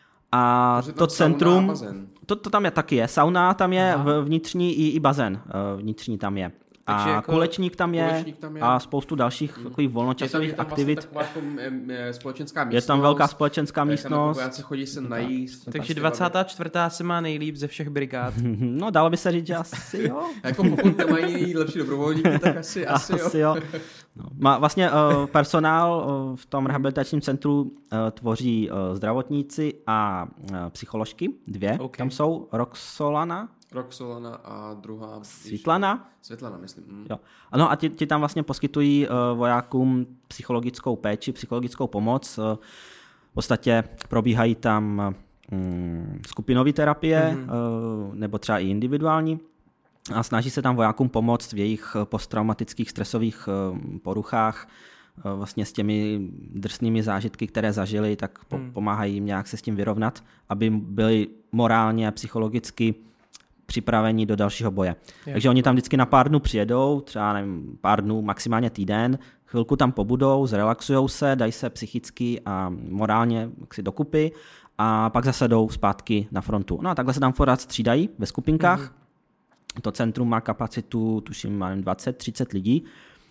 A to centrum, to, to tam je taky je, sauna tam je, Aha. vnitřní i, i bazén vnitřní tam je. Takže a jako kulečník, tam je, kulečník tam je a spoustu dalších mm. takových volnočasových je tam, je tam aktivit. Vlastně taková společenská místnost. Je tam velká společenská místnost. Tam chodí se najíst. Takže dvacátá čtvrtá se má nejlíp ze všech brigád. No, dalo by se říct, že asi jo. Jako pokud nemají lepší dobrovolníky, tak asi, asi, asi jo. jo. No, má vlastně uh, personál uh, v tom rehabilitačním centru uh, tvoří uh, zdravotníci a uh, psycholožky, dvě. Okay. Tam jsou Roxolana. Roxolana a druhá... Světlana? Světlana, myslím. Mm. Jo. Ano, a ti, ti tam vlastně poskytují uh, vojákům psychologickou péči, psychologickou pomoc. Uh, v podstatě probíhají tam um, skupinové terapie, mm-hmm. uh, nebo třeba i individuální. A snaží se tam vojákům pomoct v jejich posttraumatických stresových uh, poruchách, uh, vlastně s těmi drsnými zážitky, které zažili, tak po- mm. pomáhají jim nějak se s tím vyrovnat, aby byli morálně a psychologicky připravení do dalšího boje. Je. Takže oni tam vždycky na pár dnů přijedou, třeba nevím, pár dnů, maximálně týden, chvilku tam pobudou, zrelaxujou se, dají se psychicky a morálně si dokupy a pak zase jdou zpátky na frontu. No a takhle se tam pořád střídají ve skupinkách. Mm-hmm. To centrum má kapacitu, tuším, dvacet třicet lidí,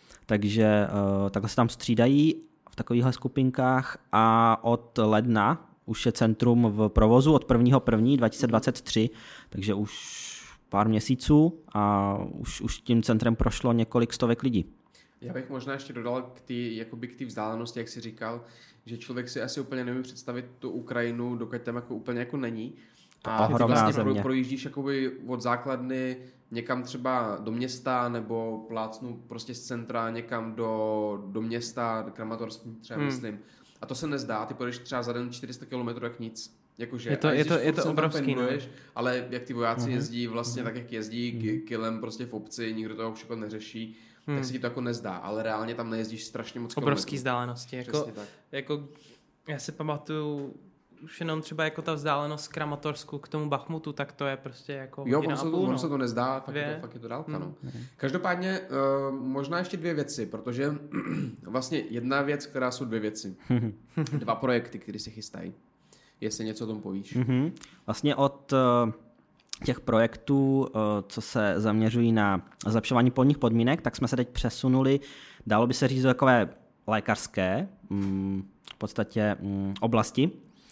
takže uh, takhle se tam střídají v takovýchhle skupinkách a od ledna už je centrum v provozu od prvního prvního dva tisíce dvacet tři, takže už pár měsíců a už, už tím centrem prošlo několik stovek lidí. Já bych možná ještě dodal k té jakoby k té vzdálenosti, jak jsi říkal, že člověk si asi úplně neumí představit tu Ukrajinu, dokud tam jako úplně jako není. A ty vlastně země. projíždíš jakoby od základny někam třeba do města nebo plácnu prostě z centra někam do, do města, Kramatorsk třeba hmm. myslím. A to se nezdá, ty půjdeš třeba za den čtyři sta kilometrů jak nic. Jakože, je to, je to, je to obrovský. Penduješ, ale jak ty vojáci uh-huh. jezdí vlastně uh-huh. tak, jak jezdí uh-huh. kilem prostě v obci, nikdo toho všechno neřeší, uh-huh. tak se ti to jako nezdá, ale reálně tam nejezdíš strašně moc kilometrů. Obrovský vzdálenosti. Jako, jako, já si pamatuju, už jenom třeba jako ta vzdálenost z Kramatorsku k tomu Bachmutu, tak to je prostě jako jo, ono se, to, ono se to nezdá, fakt je to, fakt je to dálka. Hmm. No. Každopádně uh, možná ještě dvě věci, protože vlastně jedna věc, která jsou dvě věci. Dva projekty, které se chystají. Jestli něco o tom povíš. Mm-hmm. Vlastně od uh, těch projektů, uh, co se zaměřují na zlepšování polních podmínek, tak jsme se teď přesunuli, dalo by se říct, do takové lékařské um, v podstatě um, oblasti.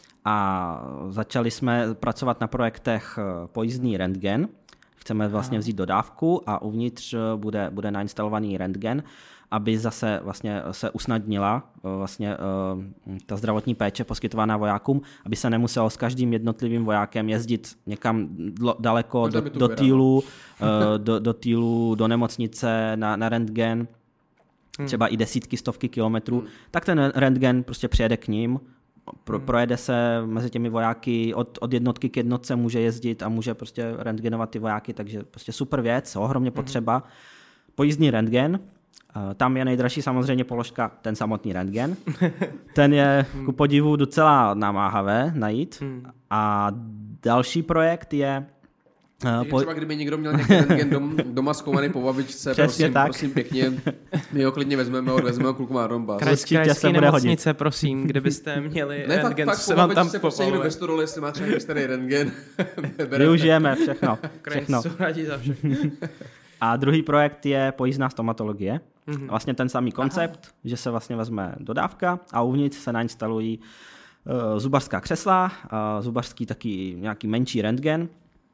A začali jsme pracovat na projektech pojízdný rentgen. Chceme vlastně vzít dodávku a uvnitř bude, bude nainstalovaný rentgen, aby zase vlastně se usnadnila vlastně ta zdravotní péče poskytovaná vojákům, aby se nemuselo s každým jednotlivým vojákem jezdit někam daleko do, do týlu, do, do týlu, do nemocnice na, na rentgen, hmm. třeba i desítky, stovky kilometrů, hmm. tak ten rentgen prostě přijede k ním, Pro, projede se mezi těmi vojáky, od, od jednotky k jednotce může jezdit a může prostě rentgenovat ty vojáky, takže prostě super věc, ohromně potřeba. Pojízdný rentgen Tam je nejdražší samozřejmě položka ten samotný rentgen. Ten je ku podivu docela namáhavé najít. Hmm. A další projekt je... Takže po... třeba kdyby někdo měl nějaký rentgen dom, doma schovaný po babičce, prosím, prosím pěkně, my ho klidně vezmeme, odvezmeme ho kluku má Donbass. Krajské nemocnice, prosím, kdybyste měli ne, rentgen, fakt, fakt, po babičce prostě někdo ve Studole, jestli má třeba nějaký starý rentgen. Využijeme všechno. všechno. Jsou rádi za všechno. A druhý projekt je pojízdná stomatologie. Mm-hmm. Vlastně ten samý koncept, Aha. že se vlastně vezme dodávka a uvnitř se nainstalují uh, zubařská křesla, uh, zubařský taky nějaký menší rentgen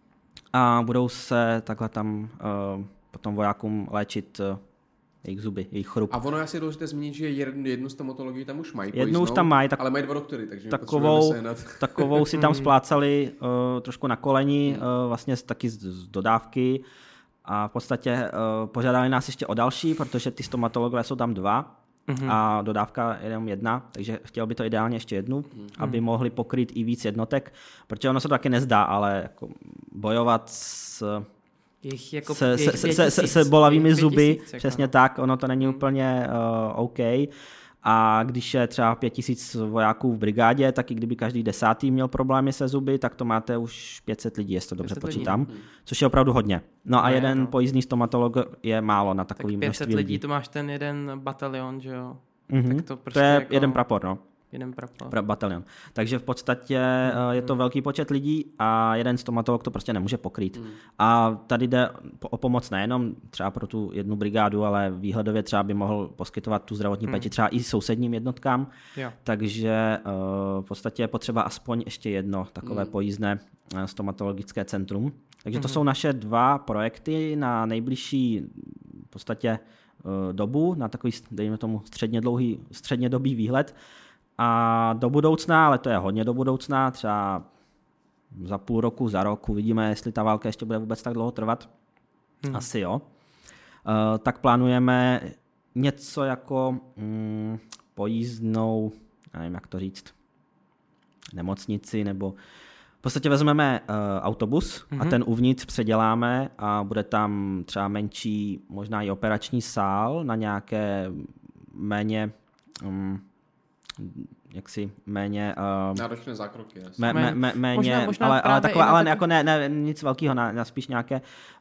a budou se takhle tam uh, potom vojákům léčit uh, jejich zuby, jejich chrup. A ono je asi důležité zmínit, že jednu, jednu stomatologii tam už mají Jednu pojízdnou, už tam mají, tak, ale mají dva doktory, takže takovou, takovou si tam splácali uh, trošku na koleni, uh, vlastně taky z, z dodávky. A v podstatě uh, požádali nás ještě o další, protože ty stomatologové jsou tam dva mm-hmm. a dodávka je jenom jedna, takže chtěl by to ideálně ještě jednu, mm-hmm. aby mohli pokryt i víc jednotek, protože ono se to taky nezdá, ale jako bojovat s, jejich jako se, jejich se, se, se, se bolavými zuby, tisíc, přesně jako. tak, ono to není úplně uh, OK. A když je třeba pět tisíc vojáků v brigádě, tak i kdyby každý desátý měl problémy se zuby, tak to máte už pět set lidí, jestli to dobře počítám, lidí. Což je opravdu hodně. No a no, jeden no. pojízdný stomatolog je málo na takový tak množství lidí. pět set lidí, to máš ten jeden batalion, že jo? Mm-hmm. Tak to, prostě to je jako... jeden prapor, no. Jeden prapor. Pra, batalion. Takže v podstatě mm. je to velký počet lidí a jeden stomatolog to prostě nemůže pokrýt. Mm. A tady jde o pomoc nejenom třeba pro tu jednu brigádu, ale výhledově třeba by mohl poskytovat tu zdravotní mm. péči třeba i sousedním jednotkám. Jo. Takže uh, v podstatě je potřeba aspoň ještě jedno takové mm. pojízdné stomatologické centrum. Takže to mm. jsou naše dva projekty na nejbližší v podstatě uh, dobu, na takový, dejme tomu, středně dlouhý, středně dobý výhled. A do budoucna, ale to je hodně do budoucna, třeba za půl roku, za rok uvidíme, jestli ta válka ještě bude vůbec tak dlouho trvat. Hmm. Asi jo. Uh, tak plánujeme něco jako mm, pojízdnou, nevím jak to říct, nemocnici, nebo v podstatě vezmeme uh, autobus hmm. a ten uvnitř předěláme a bude tam třeba menší, možná i operační sál na nějaké méně... Um, jaksi méně... Uh, náročné zákroky. Mé, mé, mé, méně, možná, možná ale, ale takové, ale tak... jako ne, ne, nic velkého, na, na spíš nějaké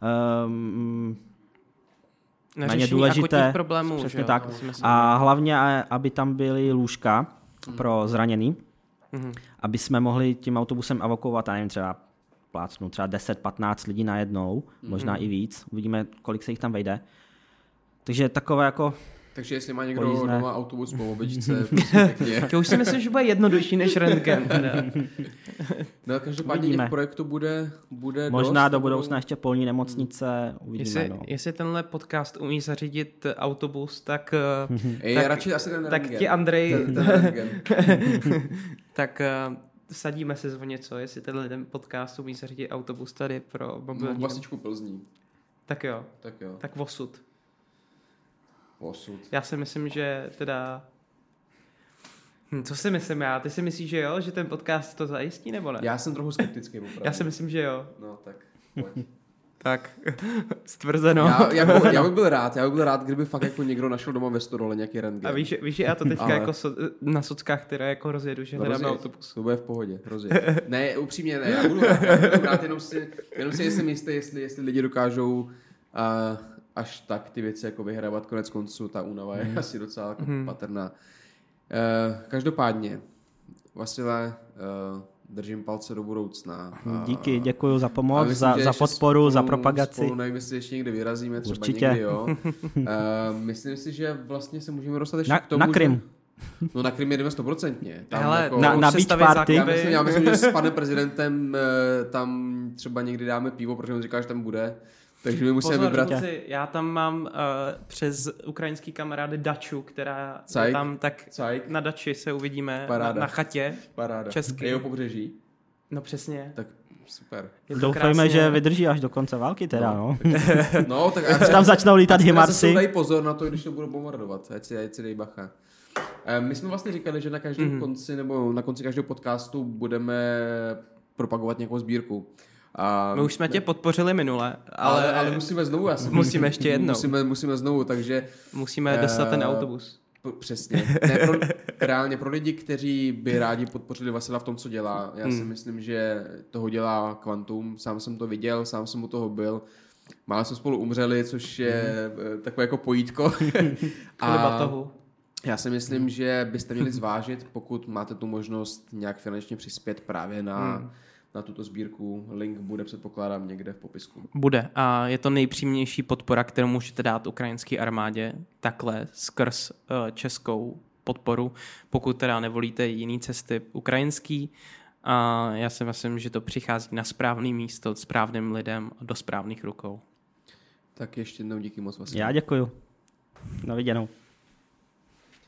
um, méně důležité. Problémů, přesně tak. A hlavně, aby tam byly lůžka hmm. pro zraněný, hmm. aby jsme mohli tím autobusem evakuovat, já nevím, třeba plácnu, třeba deset patnáct lidí najednou, hmm. možná i víc. Uvidíme, kolik se jich tam vejde. Takže takové jako... Takže jestli má někdo pojízdné. Doma autobus po obyčce, prostě pěkně. To už si myslím, že bude jednodušší než rentgen. No každopádně těch projektů bude, bude možná dost, do budoucna ještě polní nemocnice, uvidíme. Jestli, no. jestli tenhle podcast umí zařídit autobus, tak, Ej, tak, radši asi ten tak rentgen. ti Andrej... Ten, ten tak uh, sadíme se o něco, jestli tenhle ten podcast umí zařídit autobus tady pro mobilní. Vlastičku Plzní. Tak jo. Tak jo. Tak osud. Osud. Já si myslím, že teda... Hm, co si myslím já? Ty si myslíš, že jo? Že ten podcast to zajistí, nebo ne? Já jsem trochu skeptický, opravdu. Já si myslím, že jo. No, tak pojď. Tak, stvrzeno. Já, já, bych, já bych byl rád, já bych byl rád, kdyby fakt jako někdo našel doma ve Studole nějaký rentgen. A víš, víš, že já to teďka ale... jako so, na sockách, které jako rozjedu, že hledám na autobus. To bude v pohodě, rozjet. Ne, upřímně ne, já budu rád, já budu rád jenom si, jenom si jsem jistý, jestli, jestli lidi dokážou uh, až tak ty věci jako vyhrávat, konec konců, ta únava je mm. asi docela jako mm. patrná. Uh, každopádně, Vasile, uh, držím palce do budoucna. A, díky, děkuji za pomoc, myslím, za, za podporu, spolu, za propagaci. Spolu, nevím, jestli ještě někde vyrazíme, třeba určitě. Někdy, jo. Uh, myslím si, že vlastně se můžeme dostat ještě na, k tomu, na Krym. Že, no na Krym jedeme stoprocentně. Hele, jako, na, na beach party. Já myslím, já myslím, že s panem prezidentem uh, tam třeba někdy dáme pivo, protože on říká, že tam bude. Takže my musíme Pozor, vybrat. Ruci, já tam mám uh, přes ukrajinský kamarády Daču, která Cajk. je tam, tak Cajk. na Dači se uvidíme, na, na chatě. Paráda. Česky. Jeho pobřeží. No přesně. Tak super. Doufejme, krásně... že vydrží až do konce války teda, no. No, no tak až tam začnou lítat Himarsy. Dají pozor na to, když to budou bombardovat, ať si, ať si dej bacha. My jsme vlastně říkali, že na každém mm-hmm. konci, nebo na konci každého podcastu budeme propagovat nějakou sbírku. A, My už jsme ne, tě podpořili minule, ale, ale, ale musíme znovu. Já si musíme ještě jednou. Musíme, musíme znovu, takže... Musíme dostat ten autobus. Přesně. Ne, pro, reálně pro lidi, kteří by rádi podpořili Vasila v tom, co dělá. Já si hmm. myslím, že toho dělá Quantum. Sám jsem to viděl, sám jsem u toho byl. Málo jsme spolu umřeli, což je hmm. takové jako pojítko. A já si myslím, hmm. že byste měli zvážit, pokud máte tu možnost nějak finančně přispět právě na... Hmm. na tuto sbírku. Link bude, předpokládám, někde v popisku. Bude a je to nejpřímější podpora, kterou můžete dát ukrajinské armádě takhle skrz uh, českou podporu, pokud teda nevolíte jiný cesty ukrajinský. A já si myslím, že to přichází na správné místo, správným lidem a do správných rukou. Tak ještě jednou díky moc. Vasil. Já děkuju. Na viděnou.